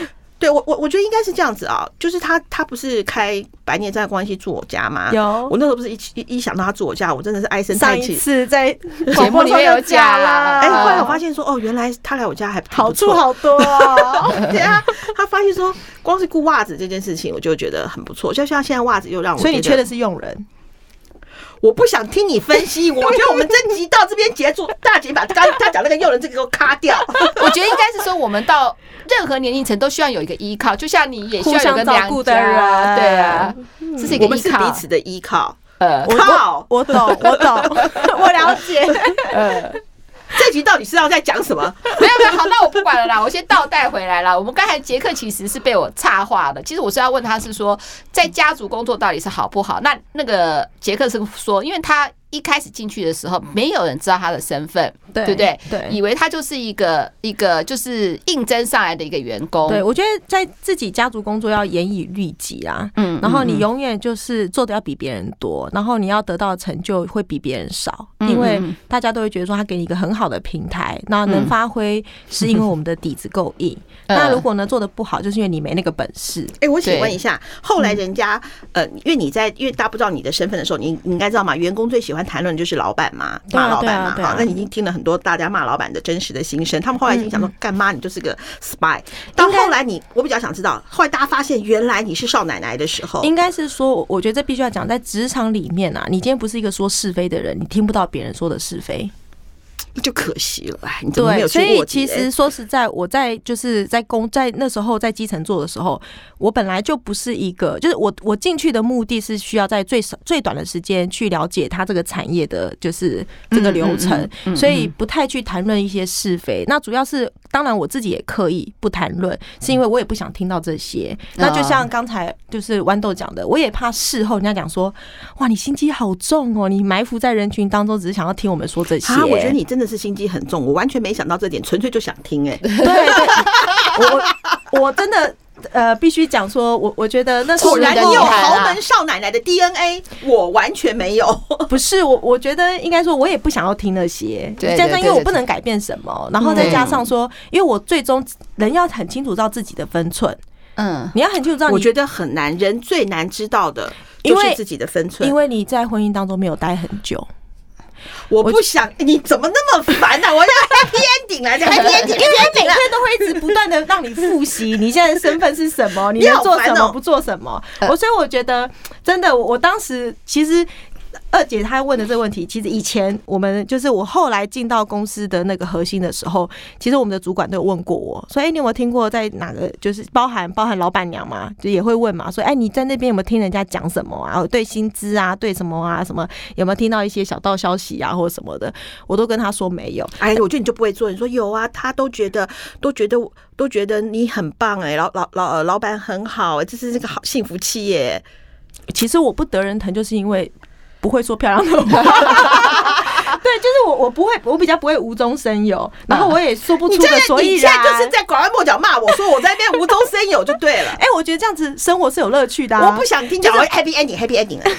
对我觉得应该是这样子啊，就是他不是开白年在关系住我家吗？ 有， 我那时候不是一想到他住我家，我真的是唉声叹气。 上一次在节目里面有讲啦， 后来我发现说，哦，原来他来我家还好处好多哦。 对啊，他发现说，光是顾袜子这件事情，我就觉得很不错。就像现在袜子又让我， 所以你缺的是佣人。 我不想听你分析，我觉得我们这集到这边结束，大姐把刚他讲那个诱人这个给我卡掉。 我觉得应该是说，我们到任何年龄层都需要有一个依靠，就像你也需要有个照顾的人， 对啊，这是一个依靠， 我们是彼此的依靠。 我懂，我了解。 这集到底是要在讲什么？ 没有，好，那我不管了啦，我先倒带回来了。我们刚才杰克其实是被我岔话的，其实我是要问他是说，在家族工作到底是好不好？那个杰克是说，因为他一开始进去的时候，没有人知道他的身份，对不对？对，以为他就是一个就是应征上来的一个员工。 对，我觉得在自己家族工作要严以律己啊，然后你永远就是做的要比别人多，然后你要得到的成就会比别人少，因为大家都会觉得说他给你一个很好的平台，那能发挥是因为我们的底子够硬。那如果呢做的不好，就是因为你没那个本事。 我请问一下，后来人家因为大家不知道你的身份的时候，你应该知道嘛，员工最喜欢谈论就是老板嘛，骂老板嘛，好，那你已经听了很多大家骂老板的真实的心声，他们后来已经想说，干妈你就是个 spy。到后来我比较想知道，后来大家发现原来你是少奶奶的时候， 应该是说，我觉得这必须要讲，在职场里面啊，你今天不是一个说是非的人，你听不到别人说的是非。 就可惜了，你怎么没有去过？ 所以其实说实在，我在那时候在基层做的时候，我本来就不是一个，就是我进去的目的是需要在最短的时间去了解它这个产业的，就是这个流程，所以不太去谈论一些是非。那主要是，当然我自己也刻意不谈论，是因为我也不想听到这些。那就像刚才就是豌豆讲的，我也怕事后人家讲说，哇，你心机好重哦，你埋伏在人群当中，只是想要听我们说这些。 我觉得你真的是心机很重，我完全没想到这点，纯粹就想听。 对，我真的必须讲说，我觉得那果然你有豪门少奶奶的 DNA， 我完全没有。 不是我觉得应该说，我也不想要听那些，加上因为我不能改变什么，然后再加上说，因为我最终人要很清楚知道自己的分寸。你要很清楚知道， 我觉得很难，人最难知道的就是自己的分寸， 因为你在婚姻当中没有待很久。 我不想，你怎么那么烦呢？我要 happy ending 来讲 happy ending， 因为他每天都会一直不断的让你复习你现在的身份是什么，你能做什么，不做什么。所以我觉得真的，我当时其实。二姐她问的这个问题，其实以前我们就是我后来进到公司的那个核心的时候，其实我们的主管都有问过我，说：“你有没有听过在哪个就是包含老板娘嘛，就也会问嘛，说你在那边有没有听人家讲什么啊？对薪资啊，对什么啊，什么有没有听到一些小道消息啊，或者什么的？”我都跟他说没有。 我觉得你就不会做。你说有啊，他都觉得你很棒老板很好这是个好幸福企业。 其实我不得人疼，就是因为不会说漂亮的话。对，就是我不会，我比较不会无中生有，然后我也说不出个所以然。 你现在就是在拐弯抹角骂我说我在那边无中生有就对了。 我觉得这样子生活是有乐趣的。 我不想听讲 happy ending。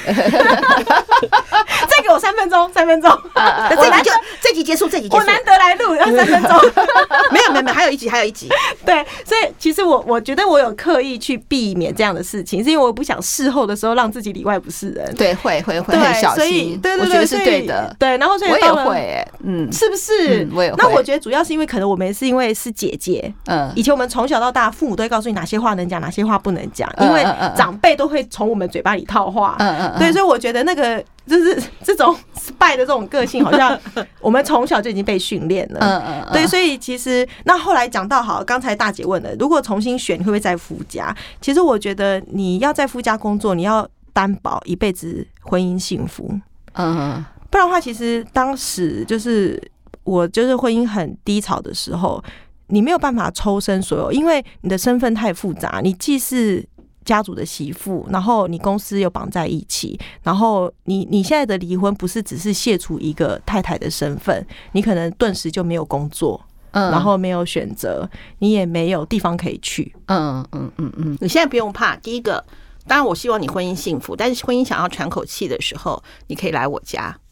再给我3分钟。 这集结束。 我难得来录，要3分钟。 没有，还有一集。 对，所以其实我觉得我有刻意去避免这样的事情，是因为我不想事后的时候让自己里外不是人。 对，会很小心。 对， 我觉得是对的。 对，然后所以我也会， 是不是？ 我也会。 那我觉得主要是因为可能我们是因为是姐姐，以前我们从小到大，父母都会告诉你哪些话能讲，哪些话不能讲，因为长辈都会从我们嘴巴里套话。对，所以我觉得那个就是这种 spy 的这种个性，好像我们从小就已经被训练了。对，所以其实那后来讲到好，刚才大姐问的，如果重新选，你会不会在夫家？其实我觉得你要在夫家工作，你要担保一辈子婚姻幸福。不然的话，其实当时就是我就是婚姻很低潮的时候，你没有办法抽身所有，因为你的身份太复杂，你既是家族的媳妇，然后你公司又绑在一起，然后你现在的离婚不是只是卸除一个太太的身份，你可能顿时就没有工作，然后没有选择，你也没有地方可以去。 你现在不用怕，第一个，当然我希望你婚姻幸福，但是婚姻想要喘口气的时候，你可以来我家。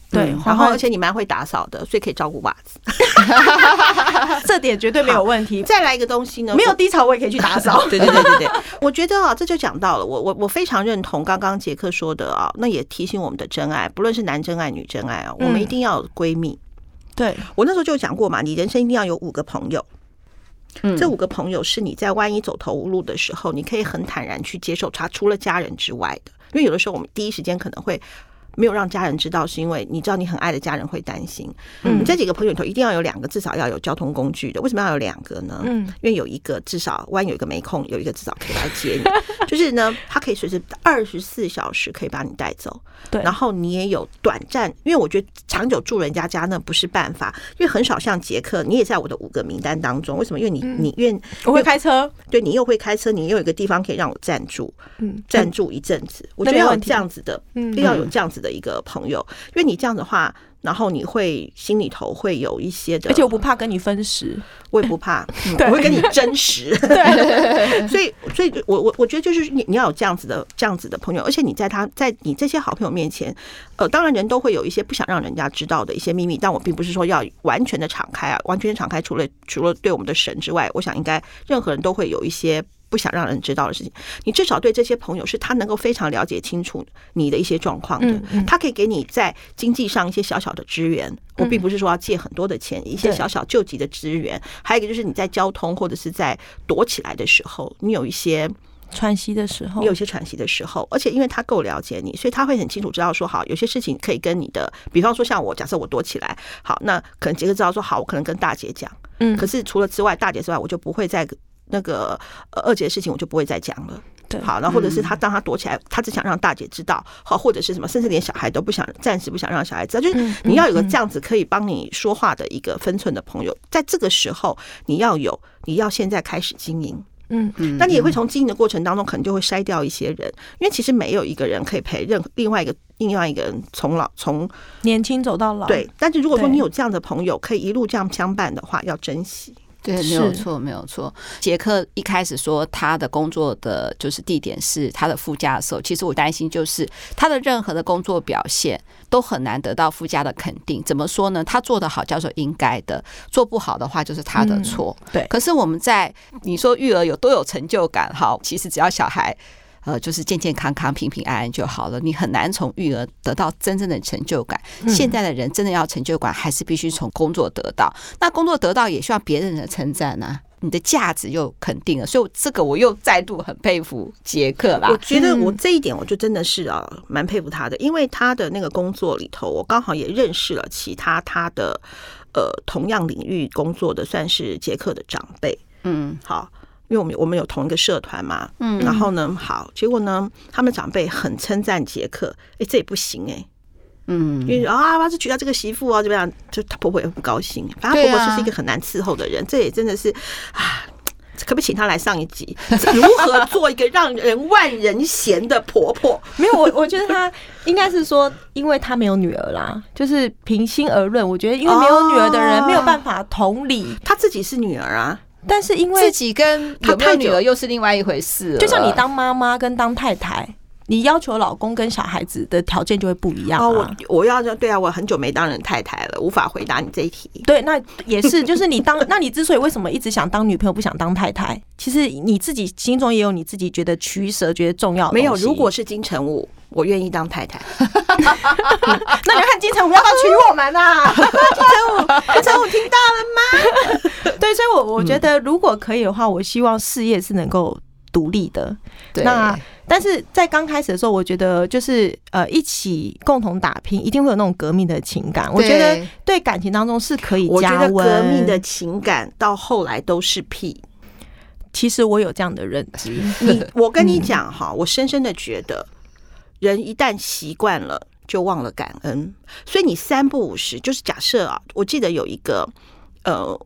对， 然后而且你蛮会打扫的，所以可以照顾袜子， 这点绝对没有问题。 再来一个东西呢， 没有低潮我也可以去打扫。 对，我觉得啊，这就讲到了我非常认同刚刚杰克说的啊，那也提醒我们的真爱，不论是男真爱女真爱啊，我们一定要有闺蜜。对，我那时候就讲过嘛，你人生一定要有5个朋友。这5个朋友是你在万一走投无路的时候，你可以很坦然去接受他，除了家人之外的。因为有的时候我们第一时间可能会没有让家人知道，是因为你知道你很爱的家人会担心。你这几个朋友里头一定要有2个至少要有交通工具的。为什么要有2个呢？因为有一个至少万一有一个没空，有一个至少可以来接你。就是呢，他可以随时24小时可以把你带走。对，然后你也有短暂，因为我觉得长久住人家家那不是办法，因为很少像杰克，你也在我的5个名单当中。为什么？因为你我会开车， 对，你又会开车，你又有一个地方可以让我暂住，暂住一阵子。我觉得要有这样子的，要有这样子的一个朋友，因为你这样的话，然后你会心里头会有一些的， 而且我不怕跟你分食， 我也不怕，我会跟你真实。对，所以我觉得就是你要有这样子的朋友，而且你在你这些好朋友面前，当然人都会有一些不想让人家知道的一些秘密，但我并不是说要完全的敞开啊，完全敞开，除了对我们的神之外，我想应该任何人都会有一些不想让人知道的事情。你至少对这些朋友是他能够非常了解清楚你的一些状况的，他可以给你在经济上一些小小的支援。我并不是说要借很多的钱，一些小小救急的支援。还有一个就是你在交通或者是在躲起来的时候，你有一些喘息的时候， 你有些喘息的时候，而且因为他够了解你，所以他会很清楚知道说，好，有些事情可以跟你的，比方说像我，假设我躲起来，好，那可能杰克知道说，好，我可能跟大姐讲，可是除了大姐之外，我就不会再那个二姐的事情，我就不会再讲了。对，好，然后或者是他当他躲起来，他只想让大姐知道，好，或者是什么，甚至连小孩都不想，暂时不想让小孩知道，就是你要有个这样子可以帮你说话的一个分寸的朋友，在这个时候你要现在开始经营。那你也会从经营的过程当中，可能就会筛掉一些人，因为其实没有一个人可以陪另外一个人从年轻走到老。 对，但是如果说你有这样的朋友，可以一路这样相伴的话，要珍惜。 对，没有错，没有错。杰克一开始说他的工作的就是地点是他的夫家的时候，其实我担心就是他的任何的工作表现都很难得到夫家的肯定。怎么说呢？他做得好叫做应该的，做不好的话就是他的错。对。可是我们在你说育儿有多有成就感，好，其实只要小孩就是健健康康、平平安安就好了。你很难从育儿得到真正的成就感。现在的人真的要成就感，还是必须从工作得到。那工作得到也需要别人的称赞啊，你的价值又肯定了。所以这个我又再度很佩服杰克啦。 我觉得我这一点我就真的是蛮佩服他的，因为他的那个工作里头，我刚好也认识了其他的同样领域工作的，算是杰克的长辈。好。因为我们有同一个社团嘛，然后呢，好，结果呢，他们长辈很称赞杰克，这也不行因为他是娶到这个媳妇怎么样，就他婆婆也不高兴，反正婆婆就是一个很难伺候的人，这也真的是可不可以请他来上一集？如何做一个让人万人嫌的婆婆？ 没有，我觉得他应该是说，因为他没有女儿啦，就是平心而论，我觉得因为没有女儿的人没有办法同理， 他自己是女儿啊。 但是因为自己跟有没有女儿又是另外一回事， 就像你当妈妈跟当太太，你要求老公跟小孩子的条件就会不一样我要对啊，我很久没当人太太了，无法回答你这一题。 对，那也是，就是那你之所以为什么一直想当女朋友不想当太太，其实你自己心中也有你自己觉得取舍、觉得重要的东西。 没有，如果是金城武，我愿意当太太。 那你要看金城武要不要娶我们啊？金城武听到了吗？对，所以我觉得如果可以的话，我希望事业是能够独立的。那但是在刚开始的时候，我觉得就是一起共同打拼，一定会有那种革命的情感。我觉得对感情当中是可以加温。 我觉得革命的情感到后来都是屁。 其实我有这样的认知。 我跟你讲我深深的觉得，人一旦习惯了，就忘了感恩。所以你3不5时，就是假设我记得有一个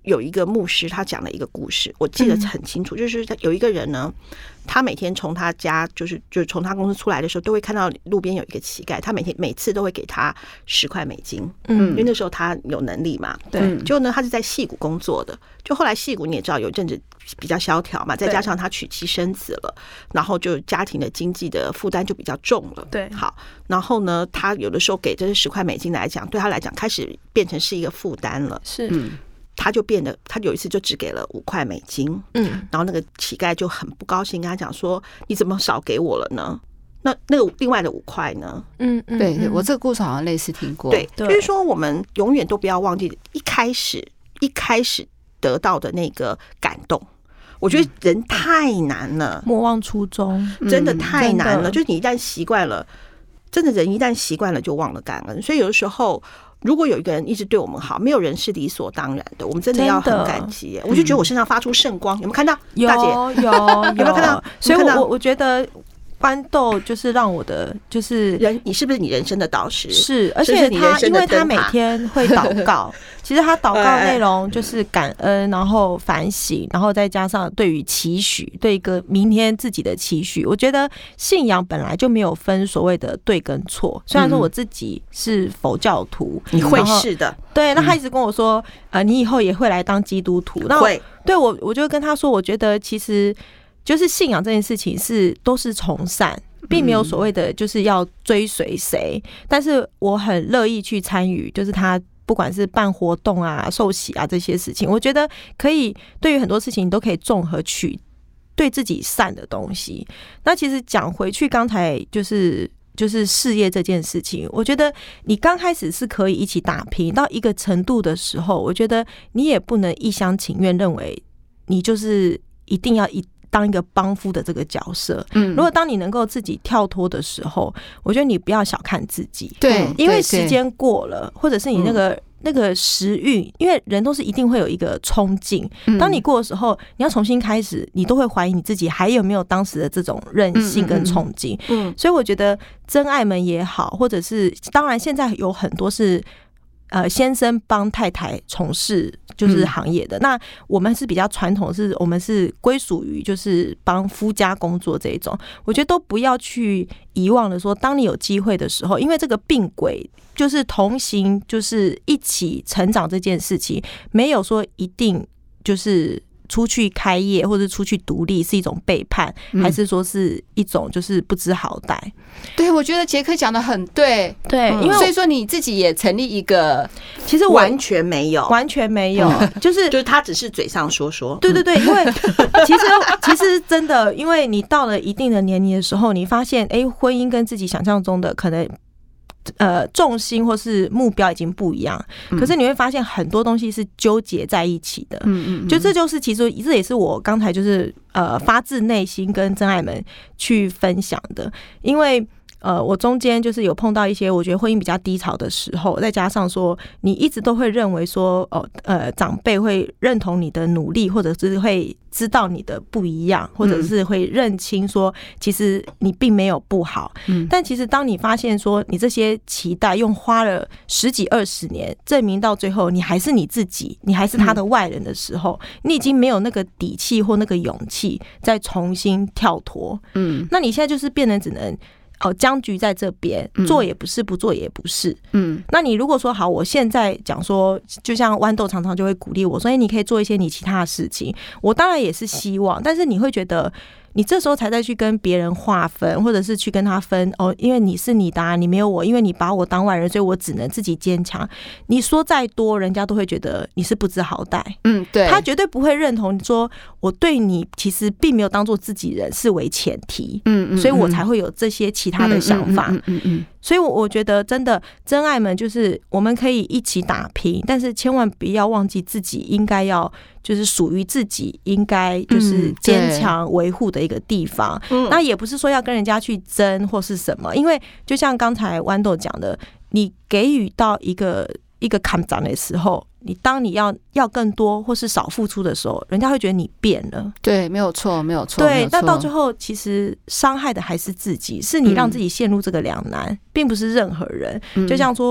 有一个牧师，他讲了一个故事，我记得很清楚，就是有一个人呢，他每天从他家就是从他公司出来的时候，都会看到路边有一个乞丐，他每次都会给他10块美金，因为那时候他有能力嘛，对。结果呢，他是在矽谷工作的，就后来矽谷你也知道有一阵子比较萧条嘛，再加上他娶妻生子了，然后就家庭的经济的负担就比较重了， 对。 好，然后呢，他有的时候给这10块美金来讲，对他来讲开始变成是一个负担了， 是。 他就变得，他有一次就只给了5块美金，然后那个乞丐就很不高兴，跟他讲说：“你怎么少给我了呢？那个另外的5块呢？” 对，我这个故事好像类似听过。 对，就是说我们永远都不要忘记一开始得到的那个感动。我觉得人太难了， 莫忘初衷， 真的太难了。就是你一旦习惯了，真的人一旦习惯了就忘了感恩，所以有的时候。如果有一个人一直对我们好，没有人是理所当然的，我们真的要很感激。我就觉得我身上发出圣光，有没有看到？大姐有没有看到？ 所以我觉得豌豆就是让我的就是你是不是你人生的导师？ 是，而且他因为他每天会祷告，其实他祷告内容就是感恩，然后反省，然后再加上对于期许，对一个明天自己的期许。我觉得信仰本来就没有分所谓的对跟错，虽然说我自己是佛教徒， 你会是的， 对，那他一直跟我说，你以后也会来当基督徒，那会， 对我就跟他说，我觉得其实。就是信仰这件事情都是从善，并没有所谓的就是要追随谁，但是我很乐意去参与，就是他不管是办活动啊、受洗啊这些事情，我觉得可以对于很多事情都可以综合取对自己善的东西。那其实讲回去，刚才就是事业这件事情，我觉得你刚开始是可以一起打拼到一个程度的时候，我觉得你也不能一厢情愿认为你就是一定要当一个帮夫的这个角色，如果当你能够自己跳脱的时候，我觉得你不要小看自己， 对， 因为时间过了，或者是你那个时运，因为人都是一定会有一个冲劲，当你过的时候，你要重新开始，你都会怀疑你自己还有没有当时的这种韧性跟冲劲，所以我觉得真爱们也好，或者是当然现在有很多是。先生帮太太从事就是行业的，那我们是比较传统，是我们是归属于就是帮夫家工作这一种，我觉得都不要去遗忘了说，当你有机会的时候，因为这个并轨就是同行，就是一起成长这件事情，没有说一定就是出去开业或者出去独立是一种背叛，还是说是一种就是不知好歹？ 对，我觉得杰克讲的很对， 对，因为所以说你自己也成立一个， 其实完全没有， 就是他只是嘴上说说， 对，因为其实真的，因为你到了一定的年龄的时候，你发现，婚姻跟自己想象中的可能。重心或是目标已经不一样，可是你会发现很多东西是纠结在一起的，就这就是其实这也是我刚才就是发自内心跟真爱们去分享的，因为我中间就是有碰到一些我觉得婚姻比较低潮的时候，再加上说你一直都会认为说长辈会认同你的努力，或者是会知道你的不一样，或者是会认清说其实你并没有不好，但其实当你发现说你这些期待用花了10几20年证明到最后你还是你自己，你还是他的外人的时候，你已经没有那个底气或那个勇气再重新跳脱，那你现在就是变成只能僵局在这边，做也不是，不做也不是。那你如果说好，我现在讲说，就像豌豆常常就会鼓励我说，你可以做一些你其他的事情。我当然也是希望，但是你会觉得，你这时候才再去跟别人划分，或者是去跟他分因为你是你的你没有我，因为你把我当外人，所以我只能自己坚强。你说再多，人家都会觉得你是不知好歹。 对， 他绝对不会认同说我对你其实并没有当做自己人是为前提。所以我才会有这些其他的想法。所以我觉得真的真爱们就是我们可以一起打拼，但是千万不要忘记自己应该要就是属于自己应该就是坚强维护的一个地方。那也不是说要跟人家去争或是什么，因为就像刚才豌豆讲的，你给予到一个坎长的时候，当你要更多或是少付出的时候，人家会觉得你变了。 对，没有错。 对，但到最后其实伤害的还是自己，是你让自己陷入这个两难，并不是任何人。就像说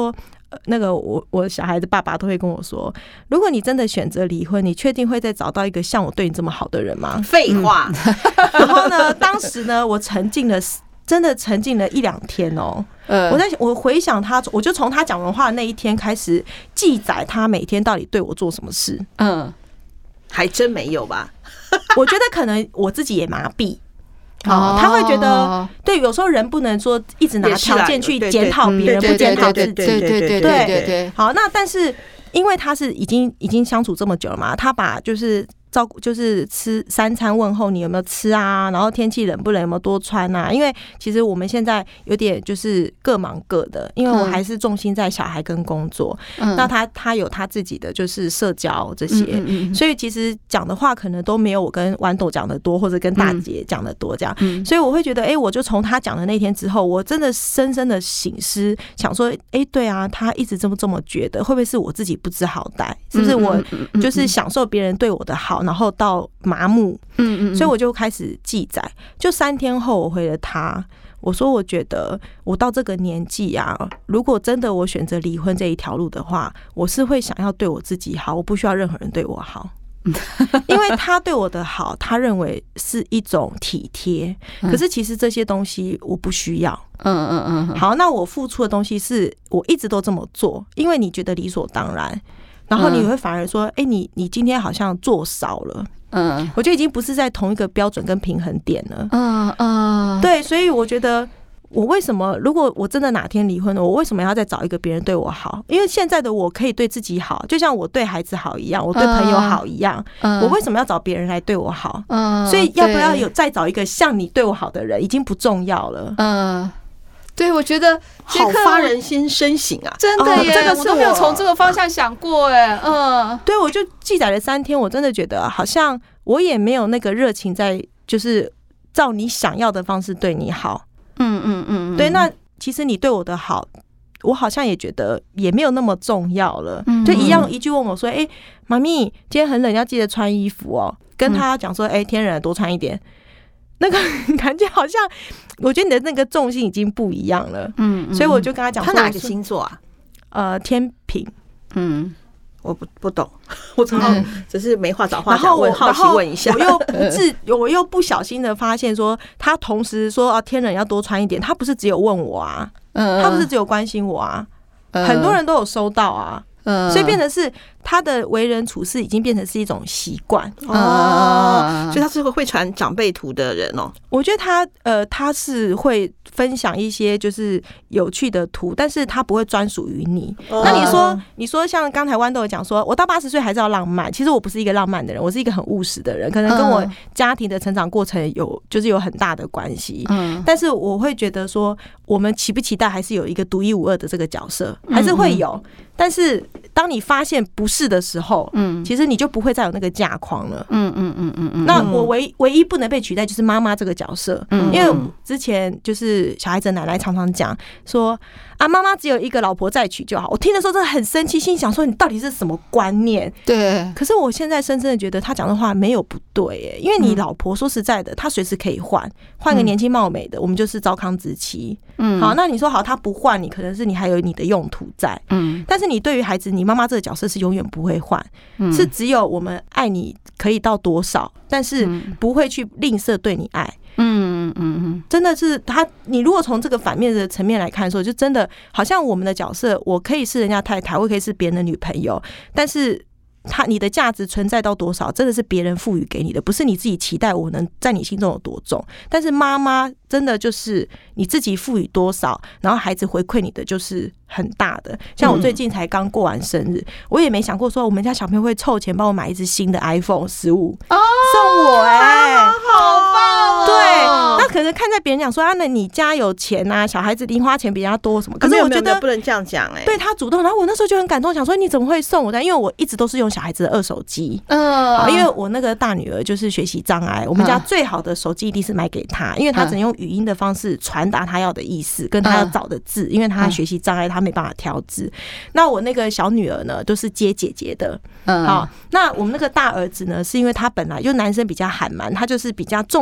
那个我小孩的爸爸都会跟我说，如果你真的选择离婚，你确定会再找到一个像我对你这么好的人吗？ 废话。 然后呢，当时呢，我真的沉浸了1-2天哦。我回想他，我就从他讲完话的那一天开始记载他每天到底对我做什么事。 还真没有吧？ 我觉得可能我自己也麻痹。他会觉得，对，有时候人不能说一直拿条件去检讨别人，不检讨自己。对。好，那但是因为他是已经相处这么久了嘛，他把就是照顾，就是吃3餐问候你有没有吃啊，然后天气冷不冷，有没有多穿啊？因为其实我们现在有点就是各忙各的，因为我还是重心在小孩跟工作，那他有他自己的就是社交这些，所以其实讲的话可能都没有我跟豌豆讲的多，或者跟大姐讲的多这样，所以我会觉得，我就从他讲的那天之后，我真的深深的省思，想说，对啊，他一直这么觉得，会不会是我自己不知好歹？是不是我就是享受别人对我的好？然后到麻木，所以我就开始记载。就3天后，我回了他，我说我觉得我到这个年纪啊，如果真的我选择离婚这一条路的话，我是会想要对我自己好，我不需要任何人对我好。因为他对我的好，他认为是一种体贴，可是其实这些东西我不需要。好，那我付出的东西是我一直都这么做，因为你觉得理所当然。然后你会反而说，你今天好像做少了，我觉得已经不是在同一个标准跟平衡点了，对，所以我觉得我为什么，如果我真的哪天离婚了，我为什么要再找一个别人对我好？因为现在的我可以对自己好，就像我对孩子好一样，我对朋友好一样，我为什么要找别人来对我好？所以要不要再找一个像你对我好的人，已经不重要了。 对，我觉得好发人深省啊！ 真的耶，这个我都没有从这个方向想过哎。 对，我就记载了3天，我真的觉得好像我也没有那个热情在，就是照你想要的方式对你好。对，那其实你对我的好，我好像也觉得也没有那么重要了。就一句问我说：“妈咪，今天很冷，要记得穿衣服哦。”跟他讲说：“天冷了，多穿一点。”那个感觉好像，我觉得你的那个重心已经不一样了。所以我就跟他讲说， 他哪个星座啊？ 天秤。 我不懂，我常常只是没话找话想问，好奇问一下。 我又不小心的发现说，他同时说天冷要多穿一点，他不是只有问我啊，他不是只有关心我啊，很多人都有收到啊。所以变成是他的为人处事已经变成是一种习惯所以他是会传长辈图的人哦。 我觉得他是会分享一些就是有趣的图，但是他不会专属于你。那你说像刚才豌豆有讲说，我到80岁还是要浪漫，其实我不是一个浪漫的人，我是一个很务实的人，可能跟我家庭的成长过程有很大的关系。但是我会觉得说，我们期不期待还是有一个独一无二的这个角色，还是会有。但是当你发现不是的时候，其实你就不会再有那个架框了。那我唯一不能被取代就是妈妈这个角色，因为之前就是小孩子的奶奶常常讲说啊，妈妈只有一个老婆再娶就好。我听的时候真的很生气，心想说你到底是什么观念？ 对。 可是我现在深深的觉得他讲的话没有不对，因为你老婆说实在的，她随时可以换个年轻貌美的，我们就是糟糠之妻。好，那你说好，她不换你，可能是你还有你的用途在。但是你对于孩子，你妈妈这个角色是永远不会换，是只有我们爱你可以到多少，但是不会去吝啬对你爱。真的是你如果从这个反面的层面来看的时候，就真的好像我们的角色，我可以是人家太太，我可以是别人的女朋友，但是你的价值存在到多少，真的是别人赋予给你的，不是你自己期待我能在你心中有多重。但是妈妈真的就是你自己赋予多少，然后孩子回馈你的就是很大的。像我最近才刚过完生日，我也没想过说我们家小朋友会凑钱帮我买一只新的 iPhone 15送我好棒哦！ 对，那可能看在别人讲说那你家有钱啊，小孩子零花钱比人家多什么，可是我觉得不能这样讲对他主动，然后我那时候就很感动，想说你怎么会送我的？因为我一直都是用小孩子的2手机，因为我那个大女儿就是学习障碍，我们家最好的手机一定是买给她，因为她只能用语音的方式传达她要的意思跟她要找的字，因为她学习障碍，她没办法挑字。那我那个小女儿呢，都是接姐姐的。好，那我们那个大儿子呢，是因为他本来就男生比较喊蛮，他就是比较重心在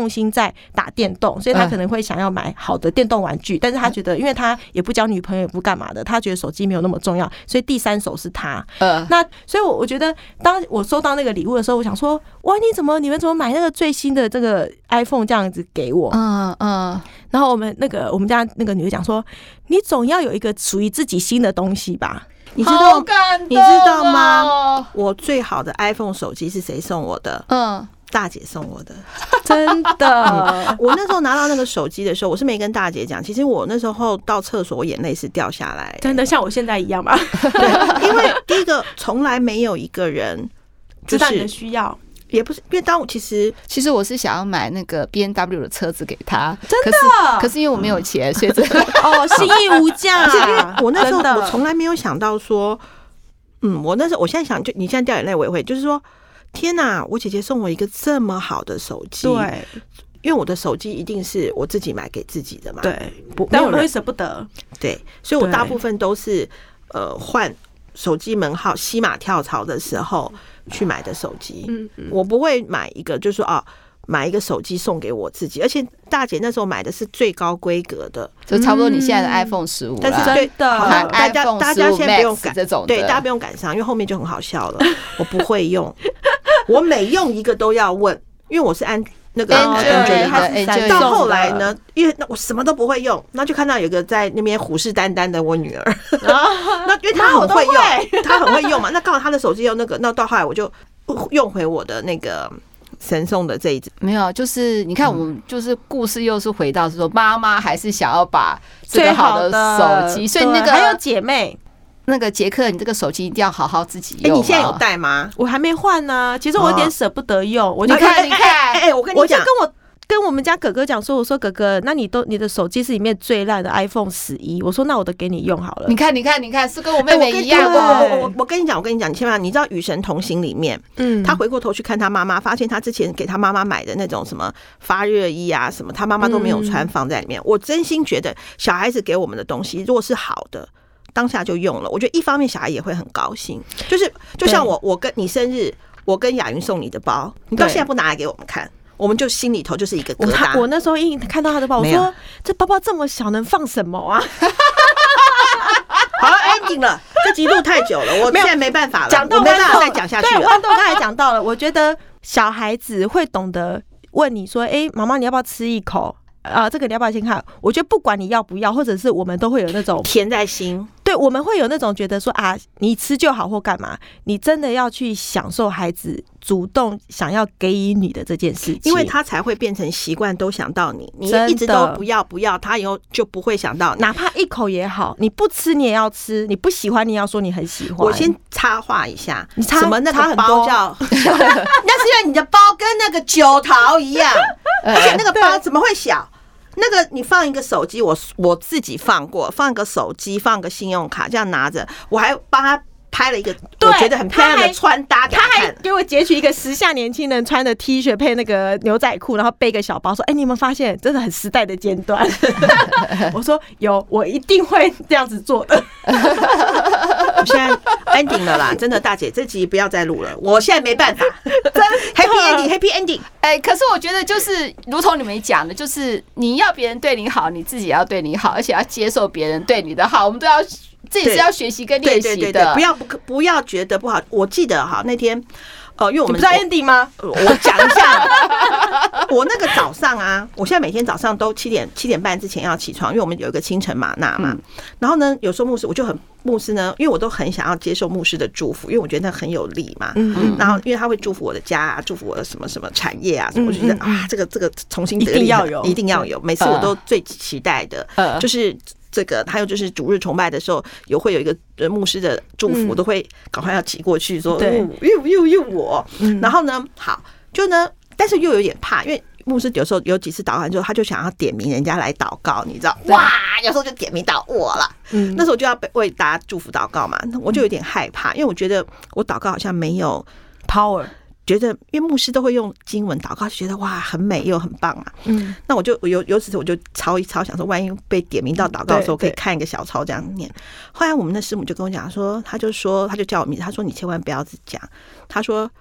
爱打电动，所以他可能会想要买好的电动玩具，但是他觉得因为他也不交女朋友也不干嘛的，他觉得手机没有那么重要，所以第三手是他。那所以我觉得当我收到那个礼物的时候，我想说哇，你们怎么买那个最新的这个 iPhone 这样子给我？然后我们家那个女的讲说，你总要有一个属于自己新的东西吧？你知道吗？我最好的 iPhone 手机是谁送我的？大姐送我的， 真的。 我那时候拿到那个手机的时候，我是没跟大姐讲。其实我那时候到厕所，我眼泪是掉下来， 真的像我现在一样吧？ 对，因为第一个从来没有一个人知道你的需要。 也不是，因为当我其实我是想要买那个 BMW 的车子给他， 真的。 可是因为我没有钱，所以心意无价。 因为我那时候我从来没有想到说，我那时候我现在想，就你现在掉眼泪，我也会，就是说，天哪，我姐姐送我一个这么好的手机， 对， 因为我的手机一定是我自己买给自己的嘛， 对，但我会舍不得， 对，所以我大部分都是换手机门号西马跳槽的时候去买的手机，我不会买一个，就是说买一个手机送给我自己，而且大姐那时候买的是最高规格的， 就差不多你现在的 iPhone 15， 但是对的，大家先不用赶这种， 对，大家不用赶上，因为后面就很好笑了。我不会用，我每用一个都要问，因为我是按那个 Android， 到后来呢，因为我什么都不会用，那就看到有个在那边虎视眈眈的我女儿，那因为她很会用，她很会用嘛，那刚好她的手机用那个，那到后来我就用回我的那个神送的这一支。 没有，就是你看我们就是故事又是回到说妈妈还是想要把最好的手机，所以那个还有姐妹。 那个杰克，你这个手机一定要好好自己用。 你现在有带吗？ 我还没换呢。其实我有点舍不得用。 你看， 我跟你讲， 跟我们家哥哥讲说，我说哥哥，那你的手机是里面最烂的 iPhone 11，我说那我都给你用好了。 你看，是跟我妹妹一样。 我跟你讲，你千万你知道《与神同行》里面，他回过头去看他妈妈，发现他之前给他妈妈买的那种什么发热衣啊什么，他妈妈都没有穿，放在里面。我真心觉得小孩子给我们的东西，如果是好的，当下就用了，我觉得一方面小孩也会很高兴，就像我跟你生日，我跟雅云送你的包，你到现在不拿来给我们看，我们就心里头就是一个疙瘩。 我那时候一看到他的包，我说这包包这么小，能放什么啊？ 好 ，ending 了，这集录太久了，我现在没办法了，我没办法再讲下去了。 对，豌豆刚才讲到了，我觉得小孩子会懂得问你说：“妈妈，你要不要吃一口？”这个你要不要先看？我觉得不管你要不要，或者是我们都会有那种甜在心， 对，我们会有那种觉得说你吃就好或干嘛，你真的要去享受孩子主动想要给予你的这件事情， 因为他才会变成习惯，都想到你一直都不要，他以后就不会想到你， 哪怕一口也好，你不吃你也要吃，你不喜欢你也要说你很喜欢。 我先插话一下， 什么那个包叫，那是因为你的包跟那个酒桃一样，而且那个包怎么会小？那个你放一个手机，我自己放过，放一个手机，放个信用卡，这样拿着，我还帮他拍了一个我觉得很漂亮的穿搭给他看， 他还给我截取一个时下年轻人穿的 T 恤配那个牛仔裤，然后背个小包，说：“你有没有发现，真的很时代的尖端？”我说：“有，我一定会这样子做的。” 我现在 ending 了啦，真的大姐，这集不要再录了，我现在没办法。Happy ending。 可是我觉得就是如同你们讲的，就是你要别人对你好，你自己也要对你好，而且要接受别人对你的好，我们都要自己是要学习跟练习的。 不要觉得不好。我记得因天因为我们不知道 ending 吗？ 我讲一下，我那个早上我现在每天早上都7点半之前要起床，因为我们有一个清晨玛纳嘛。然后呢，有时候牧师呢，因为我都很想要接受牧师的祝福，因为我觉得那很有力嘛。然后因为他会祝福我的家祝福我的什么什么产业什么，我就觉得这个重新得力一定要有，每次我都最期待的就是这个，还有就是主日崇拜的时候，会有一个牧师的祝福，我都会赶快要挤过去说，又我。然后呢，好，就呢，但是又有点怕，因为牧师有时候有几次祷完之后，他就想要点名人家来祷告，你知道，哇，有时候就点名到我了。那时候就要为大家祝福祷告嘛，我就有点害怕，因为我觉得我祷告好像没有 power。 觉得因为牧师都会用经文祷告，就觉得哇很美又很棒啊。那我就由此我就抄一抄，想说万一被点名到祷告的时候可以看一个小抄这样念。后来我们的师母就跟我讲说，他就叫我名字，他说你千万不要只讲，他说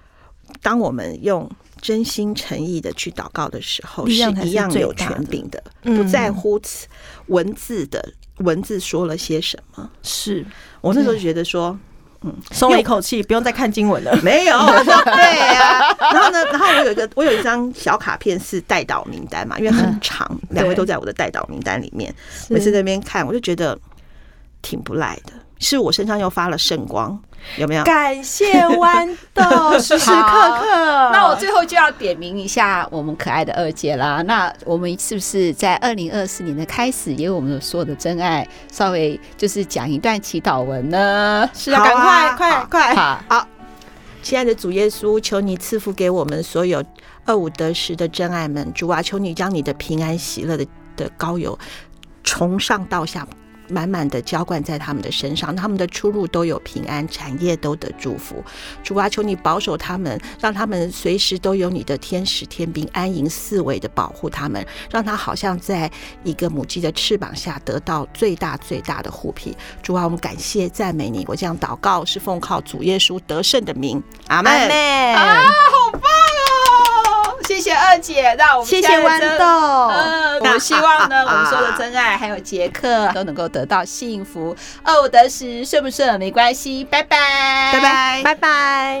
当我们用真心诚意的去祷告的时候，是一样有权柄的，不在乎文字说了些什么。 是我那时候就觉得说， 松了一口气，不用再看经文了。 没有，对啊。然后呢，我有一张小卡片是代祷名单嘛，因为很长，两位都在我的代祷名单里面。每次在那边看，我就觉得挺不赖的。是我身上又发了圣光，有没有？ 感谢豌豆，时时刻刻。 那我最后就要点名一下我们可爱的二姐啦。那我们是不是在2024年的开始，也有我们所有的真爱，稍微就是讲一段祈祷文呢？ 是啊，赶快！ 好，亲爱的主耶稣，求你赐福给我们所有25得10的真爱们，主啊，求你将你的平安喜乐的膏油从上到下满满的浇灌在他们的身上，他们的出入都有平安，产业都得祝福。主啊，求你保守他们，让他们随时都有你的天使天兵安营四围的保护他们，让他好像在一个母鸡的翅膀下得到最大最大的护庇。主啊，我们感谢赞美你，我这样祷告是奉靠主耶稣得胜的名，阿们。 啊，好棒哦！谢谢二姐，那我们谢谢豌豆。 我们希望呢，我们所有的真爱还有杰克都能够得到幸福，25得10，顺不顺没关系，拜拜， 拜拜， 拜拜。